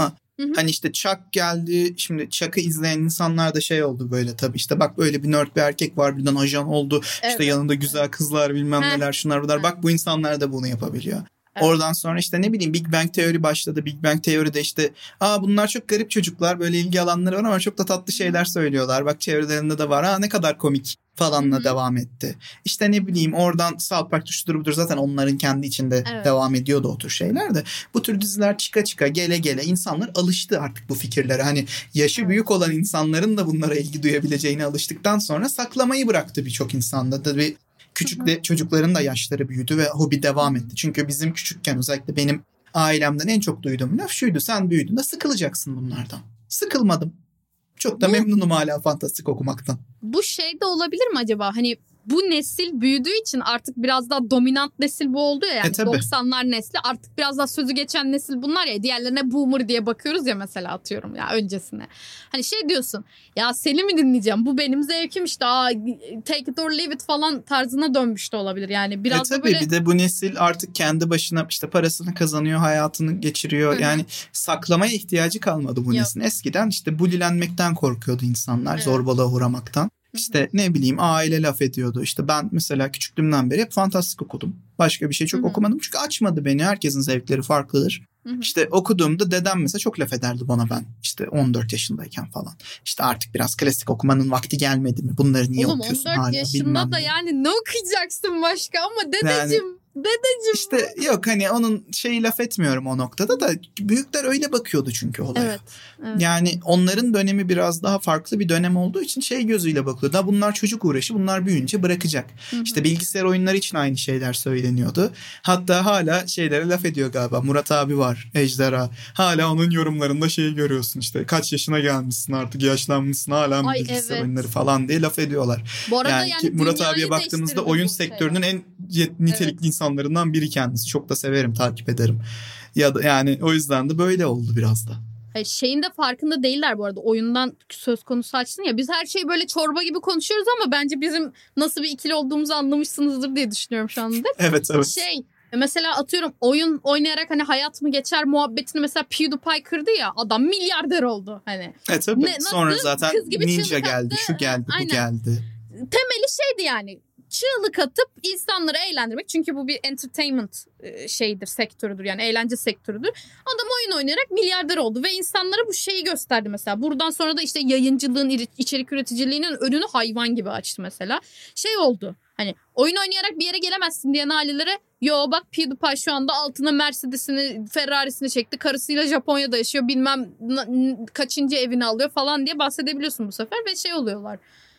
S3: Hı hı. Hani işte Chuck geldi. Şimdi Chuck'ı izleyen insanlar da şey oldu böyle tabii. İşte bak böyle bir nerd bir erkek var. Birden ajan oldu. Evet. İşte yanında güzel kızlar bilmem Heh. neler şunlar bunlar. Heh. Bak bu insanlar da bunu yapabiliyor. Evet. Oradan sonra işte ne bileyim Big Bang Theory başladı. Big Bang Theory'de işte aa bunlar çok garip çocuklar. Böyle ilgi alanları var ama çok da tatlı şeyler söylüyorlar. Bak çevrelerinde de var. Ha ne kadar komik falanla Hı-hı. devam etti. İşte ne bileyim oradan South Park şudur budur zaten onların kendi içinde evet. devam ediyordu o tür şeyler de. Bu tür diziler çıka çıka gele gele insanlar alıştı artık bu fikirlere. Hani yaşı evet. büyük olan insanların da bunlara ilgi duyabileceğine alıştıktan sonra saklamayı bıraktı birçok insanda. Tabii küçük de çocukların da yaşları büyüdü ve hobi devam etti. Çünkü bizim küçükken özellikle benim ailemden en çok duyduğum laf şuydu. Sen büyüdüğünde sıkılacaksın bunlardan. Sıkılmadım. Çok da bu, memnunum hala fantastik okumaktan.
S2: Bu şey de olabilir mi acaba? Hani bu nesil büyüdüğü için artık biraz daha dominant nesil bu oldu ya. Yani e, doksanlar nesli artık biraz daha sözü geçen nesil bunlar ya. Diğerlerine boomer diye bakıyoruz ya mesela atıyorum ya öncesine. Hani şey diyorsun ya seni mi dinleyeceğim? Bu benim zevkim işte. Aa, take it or leave it falan tarzına dönmüş de olabilir. Yani biraz
S3: e,
S2: da böyle.
S3: Bir de bu nesil artık kendi başına işte parasını kazanıyor, hayatını geçiriyor. Hı-hı. Yani saklamaya ihtiyacı kalmadı bu neslin. Eskiden işte bulilenmekten korkuyordu insanlar, evet. zorbalığa uğramaktan. İşte ne bileyim aile laf ediyordu. İşte ben mesela küçüklüğümden beri hep fantastik okudum. Başka bir şey çok Hı-hı. okumadım. Çünkü açmadı beni. Herkesin zevkleri farklıdır. Hı-hı. İşte okuduğumda dedem mesela çok laf ederdi bana ben. İşte on dört yaşındayken falan. İşte artık biraz klasik okumanın vakti gelmedi mi? Bunları niye
S2: Oğlum,
S3: okuyorsun hala?
S2: on dört yaşında da ne. Yani ne okuyacaksın başka ama dedeciğim. Yani, dedeciğim.
S3: İşte yok hani onun şeyi laf etmiyorum o noktada da büyükler öyle bakıyordu çünkü olaya. Evet, evet. Yani onların dönemi biraz daha farklı bir dönem olduğu için şey gözüyle bakıyordu. Da bunlar çocuk uğraşı, bunlar büyüyünce bırakacak. Hı hı. İşte bilgisayar oyunları için aynı şeyler söyleniyordu. Hatta hala şeylere laf ediyor galiba. Murat abi var, Ejderha. Hala onun yorumlarında şeyi görüyorsun işte. Kaç yaşına gelmişsin artık, yaşlanmışsın hala mı bilgisayar evet. oyunları falan diye laf ediyorlar.
S2: Bu arada yani, yani
S3: Murat abiye baktığımızda oyun sektörünün en nitelikli evet. insanlarından biri kendisi. Çok da severim, takip ederim. Ya da yani o yüzden de böyle oldu biraz da.
S2: Şeyin de farkında değiller bu arada. Oyundan söz konusu açtın ya. Biz her şeyi böyle çorba gibi konuşuyoruz ama bence bizim nasıl bir ikili olduğumuzu anlamışsınızdır diye düşünüyorum şu anda.
S3: Evet evet.
S2: Şey mesela atıyorum oyun oynayarak hani hayat mı geçer muhabbetini mesela PewDiePie kırdı ya. Adam milyarder oldu hani.
S3: Evet tabii. Ne, sonra zaten Ninja geldi, şu geldi, bu Aynen. geldi.
S2: Temeli şeydi yani. Çığlık atıp insanları eğlendirmek. Çünkü bu bir entertainment şeyidir, sektörüdür. Yani eğlence sektörüdür. Adam oyun oynayarak milyarder oldu. Ve insanlara bu şeyi gösterdi mesela. Buradan sonra da işte yayıncılığın, içerik üreticiliğinin önünü hayvan gibi açtı mesela. Şey oldu. Hani oyun oynayarak bir yere gelemezsin diyen ailelere yo bak PewDiePie şu anda altına Mercedes'ini, Ferrari'sini çekti. Karısıyla Japonya'da yaşıyor. Bilmem kaçıncı evini alıyor falan diye bahsedebiliyorsun bu sefer. Ve şey oluyorlar.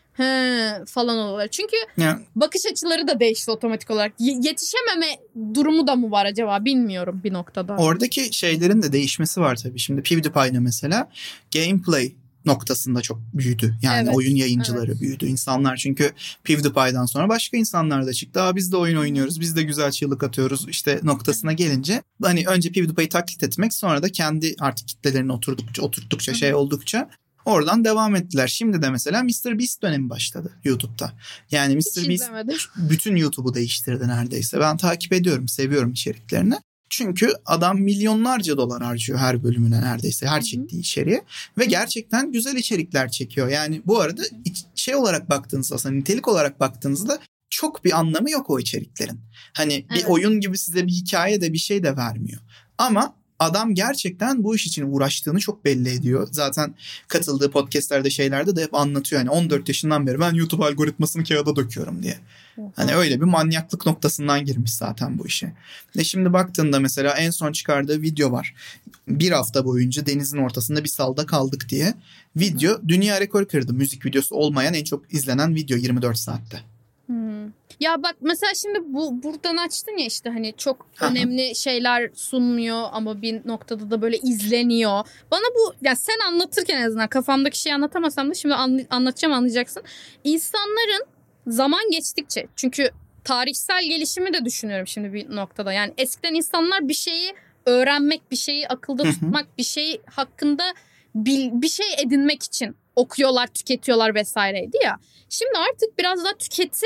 S2: He falan oluyorlar. Çünkü ya. bakış açıları da değişti otomatik olarak. Y- yetişememe durumu da mı var acaba bilmiyorum bir noktada.
S3: Oradaki şeylerin de değişmesi var tabii. Şimdi PewDiePie'ne mesela gameplay noktasında çok büyüdü. Yani evet, oyun yayıncıları evet. büyüdü. İnsanlar çünkü PewDiePie'den sonra başka insanlar da çıktı. Aa biz de oyun oynuyoruz. Biz de güzel çığlık atıyoruz. İşte noktasına evet. gelince hani önce PewDiePie'yi taklit etmek sonra da kendi artık kitlelerini oturdukça oturttukça Hı-hı. şey oldukça oradan devam ettiler. Şimdi de mesela MrBeast dönemi başladı YouTube'da. Yani MrBeast bütün YouTube'u değiştirdi neredeyse. Ben takip ediyorum, seviyorum içeriklerini. Çünkü adam milyonlarca dolar harcıyor her bölümüne neredeyse, her çektiği içeriğe. Ve gerçekten güzel içerikler çekiyor. Yani bu arada şey olarak baktığınızda, aslında nitelik olarak baktığınızda çok bir anlamı yok o içeriklerin. Hani evet. bir oyun gibi size bir hikaye de bir şey de vermiyor. Ama adam gerçekten bu iş için uğraştığını çok belli ediyor. Zaten katıldığı podcastlerde şeylerde de hep anlatıyor. Hani on dört yaşından beri ben YouTube algoritmasını kağıda döküyorum diye. Hani öyle bir manyaklık noktasından girmiş zaten bu işe. Ve şimdi baktığında mesela en son çıkardığı video var. Bir hafta boyunca denizin ortasında bir salda kaldık diye. Video dünya rekoru kırdı. Müzik videosu olmayan en çok izlenen video yirmi dört saatte.
S2: Hmm. Ya bak mesela şimdi bu buradan açtın ya işte hani çok önemli şeyler sunmuyor ama bir noktada da böyle izleniyor. Bana bu ya sen anlatırken en azından kafamdaki şeyi anlatamasam da şimdi anlay- anlatacağım anlayacaksın. İnsanların zaman geçtikçe çünkü tarihsel gelişimi de düşünüyorum şimdi bir noktada. Yani eskiden insanlar bir şeyi öğrenmek, bir şeyi akılda tutmak, bir şey hakkında bil, bir şey edinmek için okuyorlar, tüketiyorlar vesaireydi ya. Şimdi artık biraz daha tüketim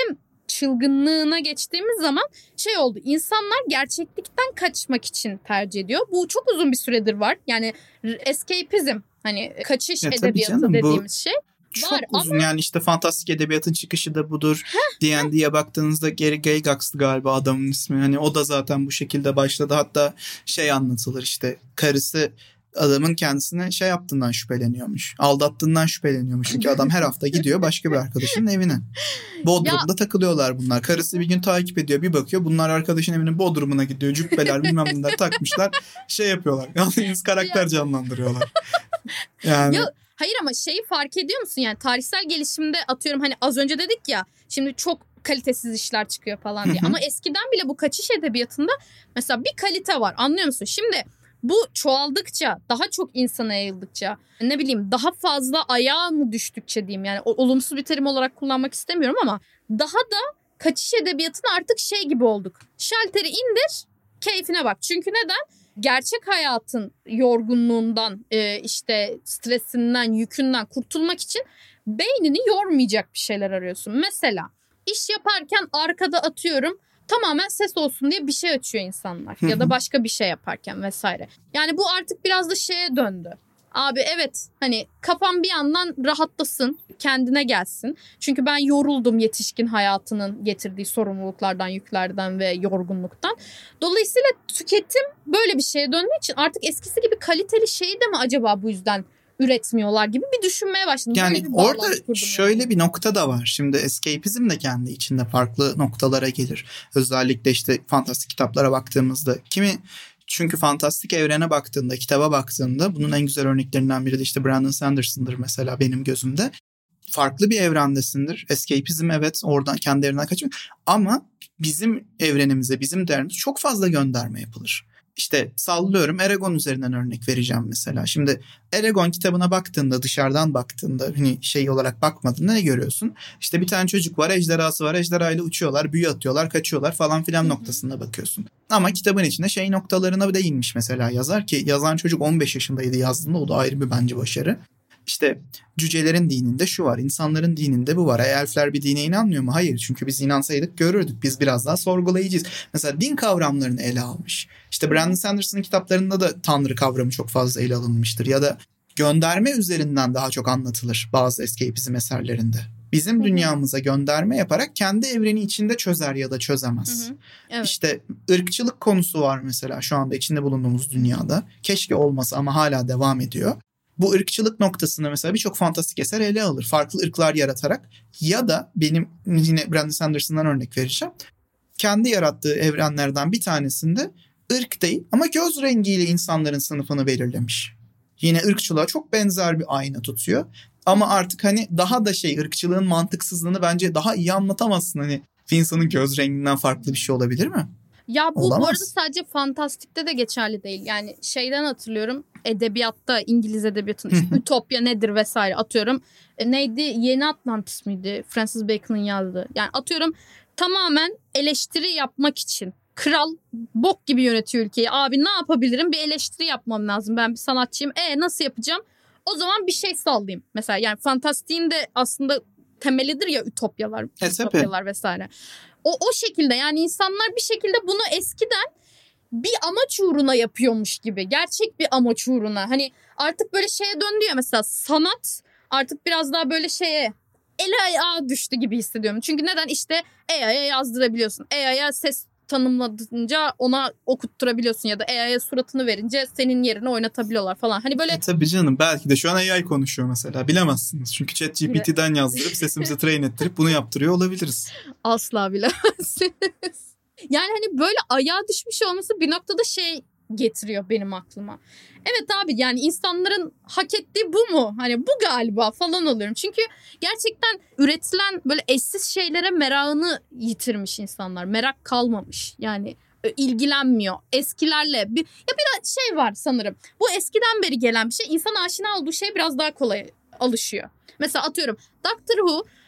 S2: çılgınlığına geçtiğimiz zaman şey oldu. İnsanlar gerçeklikten kaçmak için tercih ediyor. Bu çok uzun bir süredir var. Yani escapism, hani kaçış
S3: ya
S2: edebiyatı
S3: canım,
S2: dediğimiz şey.
S3: Çok
S2: var
S3: uzun
S2: ama...
S3: yani işte fantastik edebiyatın çıkışı da budur. D and D'ye baktığınızda Gary Gygax'tı galiba adamın ismi. Hani o da zaten bu şekilde başladı. Hatta şey anlatılır, işte karısı adamın kendisine şey yaptığından şüpheleniyormuş. Aldattığından şüpheleniyormuş. Çünkü adam her hafta gidiyor başka bir arkadaşının evine. Bodrum'da ya... takılıyorlar bunlar. Karısı bir gün takip ediyor, bir bakıyor. Bunlar arkadaşın evinin bodrumuna gidiyor. Cübbeler bilmem neler takmışlar. Şey yapıyorlar. Yalnız karakter ya... canlandırıyorlar. Yani...
S2: Ya... Hayır ama şeyi fark ediyor musun? Yani tarihsel gelişimde atıyorum hani az önce dedik ya, şimdi çok kalitesiz işler çıkıyor falan diye. Ama eskiden bile bu kaçış edebiyatında mesela bir kalite var, anlıyor musun? Şimdi bu çoğaldıkça, daha çok insana yayıldıkça, ne bileyim daha fazla ayağa mı düştükçe diyeyim, yani olumsuz bir terim olarak kullanmak istemiyorum ama daha da kaçış edebiyatına artık şey gibi olduk. Şalteri indir, keyfine bak. Çünkü neden? Gerçek hayatın yorgunluğundan, işte stresinden, yükünden kurtulmak için beynini yormayacak bir şeyler arıyorsun. Mesela iş yaparken arkada atıyorum tamamen ses olsun diye bir şey açıyor insanlar. Ya da başka bir şey yaparken vesaire. Yani bu artık biraz da şeye döndü. Abi evet, hani kafam bir yandan rahatlasın, kendine gelsin. Çünkü ben yoruldum yetişkin hayatının getirdiği sorumluluklardan, yüklerden ve yorgunluktan. Dolayısıyla tüketim böyle bir şeye döndüğü için artık eskisi gibi kaliteli şeyi de mi acaba bu yüzden üretmiyorlar gibi bir düşünmeye başladım.
S3: Yani orada şöyle yani bir nokta da var. Şimdi escapism de kendi içinde farklı noktalara gelir. Özellikle işte fantastik kitaplara baktığımızda kimi... Çünkü fantastik evrene baktığında, kitaba baktığında bunun en güzel örneklerinden biri de işte Brandon Sanderson'dır mesela benim gözümde. Farklı bir evrendesindir. Escapism evet, oradan kendi evreninden kaçmak. Ama bizim evrenimize, bizim değerimize çok fazla gönderme yapılır. İşte sallıyorum, Eragon üzerinden örnek vereceğim mesela. Şimdi Eragon kitabına baktığında, dışarıdan baktığında, hani şey olarak bakmadığında ne görüyorsun? İşte bir tane çocuk var, ejderhası var, ejderhayla uçuyorlar, büyü atıyorlar, kaçıyorlar falan filan Hı-hı. noktasında bakıyorsun. Ama kitabın içinde şey noktalarına değinmiş mesela yazar, ki yazan çocuk on beş yaşındaydı yazdığında, o da ayrı bir bence başarı. İşte cücelerin dininde şu var, insanların dininde bu var. E, elfler bir dine inanmıyor mu? Hayır, çünkü biz inansaydık görürdük. Biz biraz daha sorgulayıcıyız. Mesela din kavramlarını ele almış. İşte Brandon Sanderson'ın kitaplarında da tanrı kavramı çok fazla ele alınmıştır. Ya da gönderme üzerinden daha çok anlatılır bazı escapism eserlerinde. Bizim Hı-hı. dünyamıza gönderme yaparak kendi evreni içinde çözer ya da çözemez. Evet. İşte ırkçılık konusu var mesela şu anda içinde bulunduğumuz dünyada. Keşke olmasa ama hala devam ediyor. Bu ırkçılık noktasını mesela birçok fantastik eser ele alır. Farklı ırklar yaratarak ya da benim yine Brandon Sanderson'dan örnek vereceğim. Kendi yarattığı evrenlerden bir tanesinde ırk değil ama göz rengiyle insanların sınıfını belirlemiş. Yine ırkçılığa çok benzer bir ayna tutuyor. Ama artık hani daha da şey, ırkçılığın mantıksızlığını bence daha iyi anlatamazsın. Hani bir insanın göz renginden farklı bir şey olabilir mi?
S2: Ya bu Olamaz. Bu arada sadece fantastikte de geçerli değil. Yani şeyden hatırlıyorum, edebiyatta, İngiliz edebiyatında işte Ütopya nedir vesaire atıyorum. E, neydi? Yeni Atlantis miydi? Francis Bacon'ın yazdığı. Yani atıyorum tamamen eleştiri yapmak için. Kral bok gibi yönetiyor ülkeyi. Abi ne yapabilirim? Bir eleştiri yapmam lazım. Ben bir sanatçıyım. E nasıl yapacağım? O zaman bir şey sallayayım. Mesela yani fantastiğin de aslında temelidir ya ütopyalar,
S3: e,
S2: ütopyalar vesaire. O, o şekilde yani insanlar bir şekilde bunu eskiden bir amaç uğruna yapıyormuş gibi. Gerçek bir amaç uğruna. Hani artık böyle şeye döndü ya, mesela sanat artık biraz daha böyle şeye, ele ayağa düştü gibi hissediyorum. Çünkü neden? İşte A I'ya yazdırabiliyorsun. A I'ya ses tanımladınca ona okutturabiliyorsun ya da A I'ya suratını verince senin yerine oynatabiliyorlar falan. Hani böyle...
S3: E tabii canım, belki de şu an A I konuşuyor mesela, bilemezsiniz. Çünkü ChatGPT'den yazdırıp sesimizi train ettirip bunu yaptırıyor olabiliriz.
S2: Asla bilemezsiniz. Yani hani böyle ayağa düşmüş olması bir noktada şey getiriyor benim aklıma. Evet abi, yani insanların hak ettiği bu mu? Hani bu galiba falan oluyorum. Çünkü gerçekten üretilen böyle eşsiz şeylere merakını yitirmiş insanlar. Merak kalmamış. Yani ilgilenmiyor. Eskilerle bir, ya bir şey var sanırım. Bu eskiden beri gelen bir şey. İnsan aşina olduğu şey biraz daha kolay alışıyor. Mesela atıyorum Doctor Who,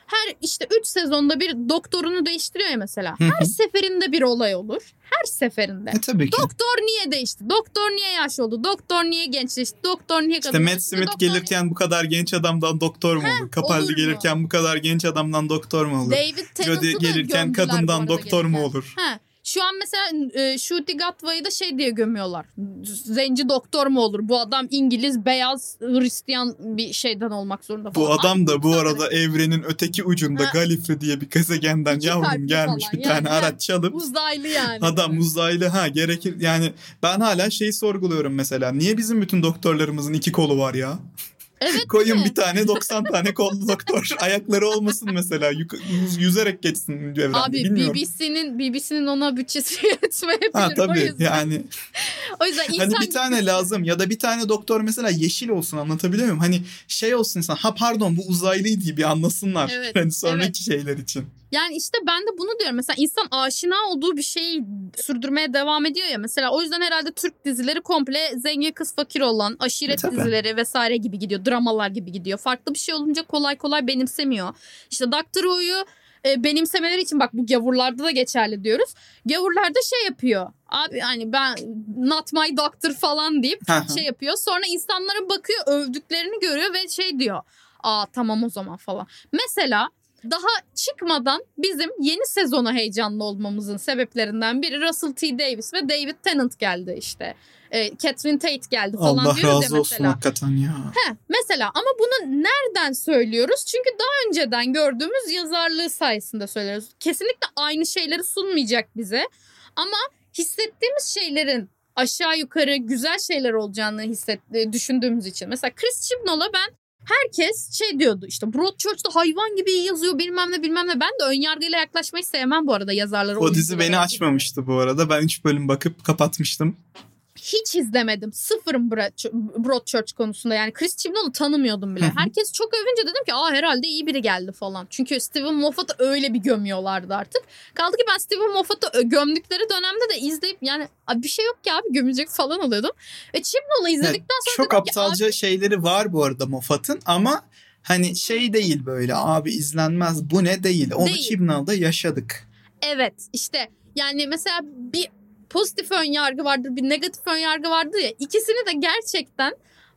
S2: Her işte üç sezonda bir doktorunu değiştiriyor ya mesela. Her seferinde bir olay olur. Her seferinde.
S3: E tabii ki.
S2: Doktor niye değişti? Doktor niye yaş oldu? Doktor niye gençleşti? Doktor niye
S3: İşte Matt Smith gelirken niye... bu kadar genç adamdan doktor mu olur? Capaldi gelirken bu kadar genç adamdan doktor mu olur?
S2: David
S3: Jodie gelirken kadından doktor mu olur?
S2: He. Şu an mesela e, Ncuti Gatwa'yı da şey diye gömüyorlar. Zenci doktor mu olur? Bu adam İngiliz, beyaz, Hristiyan bir şeyden olmak zorunda falan.
S3: Bu adam da bu arada evrenin öteki ucunda ha. Gallifrey diye bir gezegenden İki yavrum gelmiş falan. Bir yani, tane yani, araç çalıp.
S2: Uzaylı yani.
S3: Adam uzaylı ha gerekir. Yani ben hala şeyi sorguluyorum mesela. Niye bizim bütün doktorlarımızın iki kolu var ya?
S2: Evet,
S3: koyun bir tane doksan tane kollu doktor. Ayakları olmasın mesela. Yüz, yüzerek geçsin evrende.
S2: Abi
S3: bilmiyorum.
S2: B B C'nin B B C'nin ona bütçesi yetmeyebilir.
S3: Ha tabii
S2: o yüzden.
S3: yani.
S2: O yüzden insan
S3: hani bir tane lazım ya da bir tane doktor mesela yeşil olsun, anlatabiliyor muyum? Hani şey olsun insan, ha pardon bu uzaylıydı diye bir anlasınlar. Evet, hani sonraki evet. şeyler için.
S2: Yani işte ben de bunu diyorum. Mesela insan aşina olduğu bir şeyi sürdürmeye devam ediyor ya. Mesela o yüzden herhalde Türk dizileri komple zengin kız fakir olan aşiret e, dizileri vesaire gibi gidiyor. Dramalar gibi gidiyor. Farklı bir şey olunca kolay kolay benimsemiyor. İşte Doctor Who'yu e, benimsemeleri için bak bu gavurlarda da geçerli diyoruz. Gavurlar da şey yapıyor. Abi hani ben not my doctor falan deyip şey yapıyor. Sonra insanlara bakıyor, övdüklerini görüyor ve şey diyor. Aa tamam o zaman falan. Mesela daha çıkmadan bizim yeni sezona heyecanlı olmamızın sebeplerinden biri Russell T Davies ve David Tennant geldi işte. E, Catherine Tate geldi falan
S3: Allah
S2: diyoruz ya mesela.
S3: Allah razı olsun hakikaten ya.
S2: He, mesela ama bunu nereden söylüyoruz? Çünkü daha önceden gördüğümüz yazarlığı sayesinde söylüyoruz. Kesinlikle aynı şeyleri sunmayacak bize. Ama hissettiğimiz şeylerin aşağı yukarı güzel şeyler olacağını hisset, düşündüğümüz için. Mesela Chris Chibnall'a ben herkes şey diyordu işte Broadchurch'ta hayvan gibi iyi yazıyor bilmem ne bilmem ne. Ben de önyargıyla yaklaşmayı sevmem bu arada yazarlara.
S3: O dizi beni açmamıştı bu arada. Ben üç bölüm bakıp kapatmıştım.
S2: Hiç izlemedim. Sıfırım Broadchurch konusunda. Yani Chris Chibnall'ı tanımıyordum bile. Herkes çok övünce dedim ki aa herhalde iyi biri geldi falan. Çünkü Steven Moffat'ı öyle bir gömüyorlardı artık. Kaldı ki ben Steven Moffat'ı gömdükleri dönemde de izleyip yani bir şey yok ki abi gömülecek falan oluyordum. Ve Chibnall'ı izledikten sonra
S3: çok
S2: dedim
S3: aptalca
S2: ki, abi...
S3: şeyleri var bu arada Moffat'ın ama hani şey değil böyle abi izlenmez bu ne değil. Onu değil. Chibnall'da yaşadık.
S2: Evet işte yani mesela bir pozitif ön yargı vardır, bir negatif ön yargı vardır ya. İkisini de gerçekten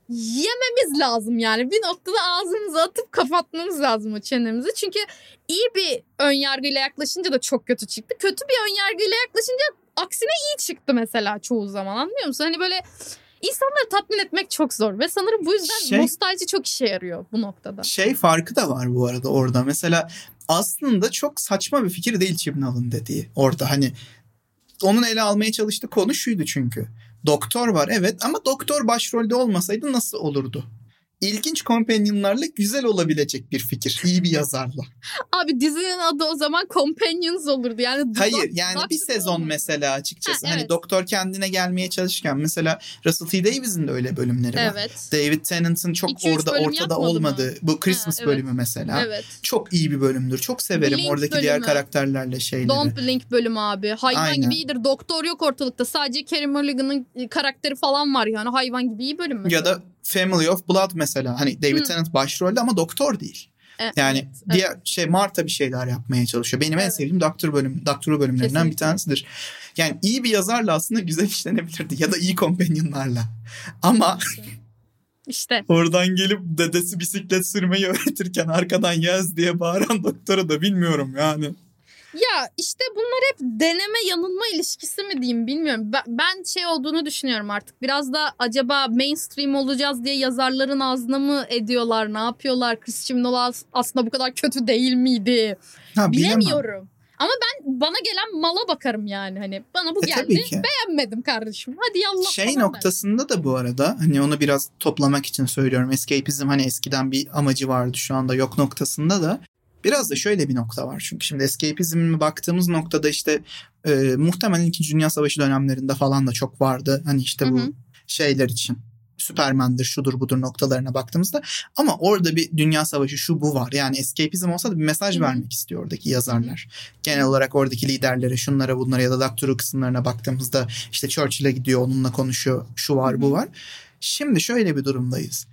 S2: yememiz lazım yani. Bir noktada ağzımıza atıp kapatmamız lazım o çenemizi. Çünkü iyi bir ön yargıyla yaklaşınca da çok kötü çıktı. Kötü bir ön yargıyla yaklaşınca aksine iyi çıktı mesela çoğu zaman, anlıyor musun? Hani böyle insanları tatmin etmek çok zor ve sanırım bu yüzden şey, nostalji çok işe yarıyor bu noktada.
S3: Şey farkı da var bu arada orada. Mesela aslında çok saçma bir fikir değil Chibnall'ın dediği. Orada hani onun ele almaya çalıştığı konu şuydu çünkü. Doktor var evet ama doktor başrolde olmasaydı nasıl olurdu? İlginç companionlarla güzel olabilecek bir fikir. İyi bir yazarla.
S2: Abi dizinin adı o zaman Companions olurdu. Yani
S3: hayır yani bir sezon olurdu. Mesela açıkçası. Ha, evet. Hani doktor kendine gelmeye çalışırken mesela Russell T Davies'in de öyle bölümleri var. Evet. David Tennant'ın çok İki, orada ortada olmadığı mı? Bu Christmas ha, evet. bölümü mesela. Evet. Çok iyi bir bölümdür. Çok severim Blink oradaki bölümü. Diğer karakterlerle şeyleri.
S2: Don't Blink bölümü abi. Hayvan Aynen. gibi iyidir. Doktor yok ortalıkta. Sadece Carey Mulligan'ın karakteri falan var yani. Hayvan gibi iyi bölüm mesela.
S3: Ya da Family of Blood mesela. Hani David Hı. Tennant başrolde ama doktor değil. Evet, yani evet. diğer şey Martha bir şeyler yapmaya çalışıyor. Benim evet. en sevdiğim Doktor bölüm, Doktor bölümlerinden Kesinlikle. bir tanesidir. Yani iyi bir yazarla aslında güzel işlenebilirdi ya da iyi companionlarla. Ama
S2: işte
S3: oradan gelip dedesi bisiklet sürmeyi öğretirken arkadan yaz diye bağıran doktoru da bilmiyorum yani.
S2: Ya işte bunlar hep deneme yanılma ilişkisi mi diyeyim bilmiyorum. Ben şey olduğunu düşünüyorum artık. Biraz da acaba mainstream olacağız diye yazarların ağzına mı ediyorlar? Ne yapıyorlar? Chris Chibnall aslında bu kadar kötü değil miydi?
S3: Ha,
S2: bilemiyorum. Bilemem. Ama ben bana gelen mala bakarım yani. Hani bana bu e, geldi. Beğenmedim kardeşim. Hadi yallah.
S3: Şey noktasında der. da bu arada hani onu biraz toplamak için söylüyorum. Escapism hani eskiden bir amacı vardı, şu anda yok noktasında da. Biraz da şöyle bir nokta var çünkü şimdi escapizm'e baktığımız noktada işte e, muhtemelen İkinci Dünya Savaşı dönemlerinde falan da çok vardı. Hani işte bu hı hı. şeyler için Superman'dir şudur budur noktalarına baktığımızda ama orada bir dünya savaşı şu bu var. Yani escapizm olsa da bir mesaj hı hı. vermek istiyor oradaki yazarlar. Hı hı. Genel olarak oradaki liderlere şunlara bunlara ya da Doctor Who kısımlarına baktığımızda işte Churchill'e gidiyor onunla konuşuyor şu var hı hı. bu var. Şimdi şöyle bir durumdayız.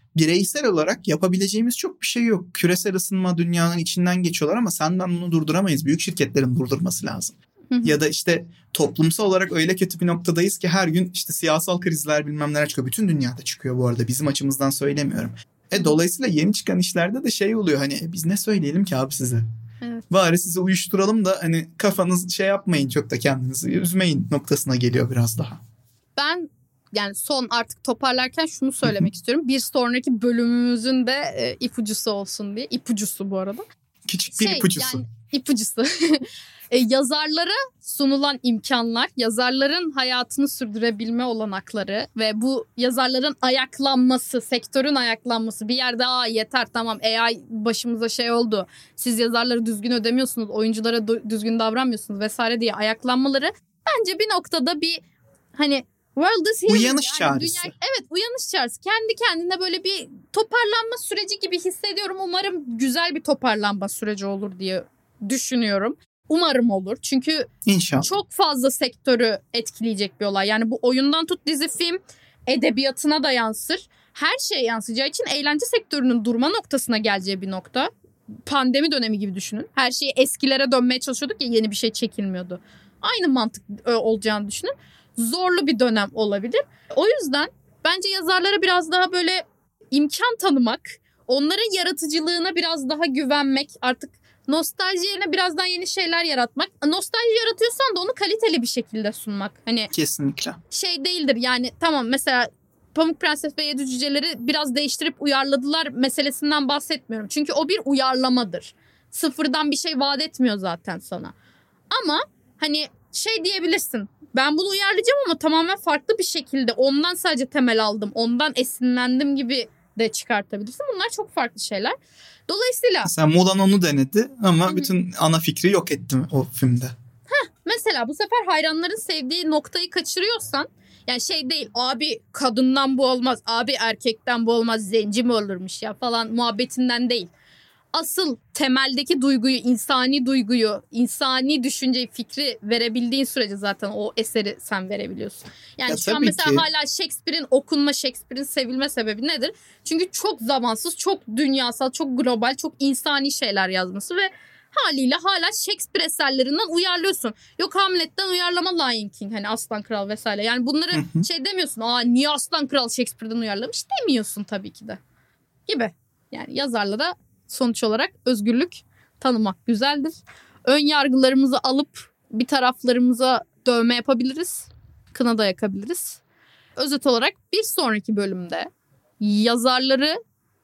S3: bireysel olarak yapabileceğimiz çok bir şey yok. Küresel ısınma dünyanın içinden geçiyorlar ama sen ben bunu durduramayız. Büyük şirketlerin durdurması lazım. Ya da işte toplumsal olarak öyle kötü bir noktadayız ki her gün işte siyasal krizler bilmem neler çıkıyor. Bütün dünyada çıkıyor bu arada. Bizim açımızdan söylemiyorum. E dolayısıyla yeni çıkan işlerde de şey oluyor hani e, biz ne söyleyelim ki abi size? Evet. Bari sizi uyuşturalım da hani kafanız şey yapmayın, çok da kendinizi üzmeyin noktasına geliyor biraz daha.
S2: Ben yani son artık toparlarken şunu söylemek istiyorum. Bir sonraki bölümümüzün de e, ipucusu olsun diye. İpucusu bu arada.
S3: Küçük bir şey, ipucusu.
S2: Yani ipucusu. e, yazarlara sunulan imkanlar, yazarların hayatını sürdürebilme olanakları ve bu yazarların ayaklanması, sektörün ayaklanması. Bir yerde aa yeter tamam A I başımıza şey oldu. Siz yazarları düzgün ödemiyorsunuz, oyunculara do- düzgün davranmıyorsunuz vesaire diye ayaklanmaları bence bir noktada bir hani world is healing.
S3: Uyanış
S2: yani
S3: çağrısı.
S2: Dünya, evet uyanış çağrısı. Kendi kendine böyle bir toparlanma süreci gibi hissediyorum. Umarım güzel bir toparlanma süreci olur diye düşünüyorum. Umarım olur. Çünkü
S3: İnşallah.
S2: Çok fazla sektörü etkileyecek bir olay. Yani bu oyundan tut dizi film edebiyatına da yansır. Her şeye yansıyacağı için eğlence sektörünün durma noktasına geleceği bir nokta. Pandemi dönemi gibi düşünün. Her şeyi eskilere dönmeye çalışıyorduk ya, yeni bir şey çekilmiyordu. Aynı mantık olacağını düşünün. Zorlu bir dönem olabilir. O yüzden bence yazarlara biraz daha böyle imkan tanımak, onların yaratıcılığına biraz daha güvenmek, artık nostalji yerine biraz daha yeni şeyler yaratmak. Nostalji yaratıyorsan da onu kaliteli bir şekilde sunmak. Hani
S3: kesinlikle.
S2: Şey değildir yani, tamam mesela Pamuk Prenses ve Yedi Cüceleri biraz değiştirip uyarladılar meselesinden bahsetmiyorum. Çünkü o bir uyarlamadır. Sıfırdan bir şey vaat etmiyor zaten sana. Ama hani şey diyebilirsin. Ben bunu uyarlayacağım ama tamamen farklı bir şekilde ondan sadece temel aldım, ondan esinlendim gibi de çıkartabilirsin. Bunlar çok farklı şeyler. Dolayısıyla...
S3: Mesela Mulan onu denedi ama Hı-hı. bütün ana fikri yok etti o filmde.
S2: Heh, mesela bu sefer hayranların sevdiği noktayı kaçırıyorsan, yani şey değil, abi kadından bu olmaz, abi erkekten bu olmaz, zenci mi olurmuş ya falan muhabbetinden değil. Asıl temeldeki duyguyu, insani duyguyu, insani düşünceyi, fikri verebildiğin sürece zaten o eseri sen verebiliyorsun. Yani
S3: ya
S2: şu an mesela ki... hala Shakespeare'in okunma, Shakespeare'in sevilme sebebi nedir? Çünkü çok zamansız, çok dünyasal, çok global, çok insani şeyler yazması ve haliyle hala Shakespeare eserlerinden uyarlıyorsun. Yok Hamlet'ten uyarlama Lion King, hani Aslan Kral vesaire. Yani bunları hı hı. şey demiyorsun. Aa niye Aslan Kral Shakespeare'den uyarlamış demiyorsun tabii ki de. Gibi. Yani yazarlara sonuç olarak özgürlük tanımak güzeldir. Ön yargılarımızı alıp bir taraflarımıza dövme yapabiliriz. Kına da yakabiliriz. Özet olarak bir sonraki bölümde yazarları,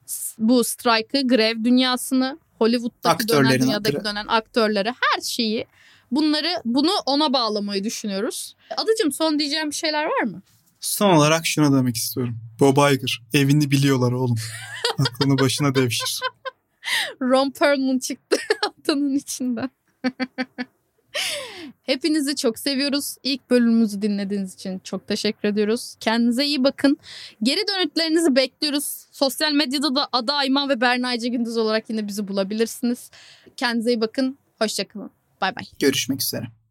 S2: bu strike'ı, grev dünyasını, Hollywood'daki dönen, dünyadaki dönen aktörleri, her şeyi, bunları bunu ona bağlamayı düşünüyoruz. Adıcığım son diyeceğim bir şeyler var mı?
S3: Son olarak şunu demek istiyorum. Bob Iger, evini biliyorlar oğlum. Aklını başına devşir.
S2: Ron Perlman çıktı haftanın içinden. Hepinizi çok seviyoruz. İlk bölümümüzü dinlediğiniz için çok teşekkür ediyoruz. Kendinize iyi bakın. Geri dönütlerinizi bekliyoruz. Sosyal medyada da Ada Ayman ve Berna Ece Gündüz olarak yine bizi bulabilirsiniz. Kendinize iyi bakın. Hoşça kalın. Bay bay.
S3: Görüşmek üzere.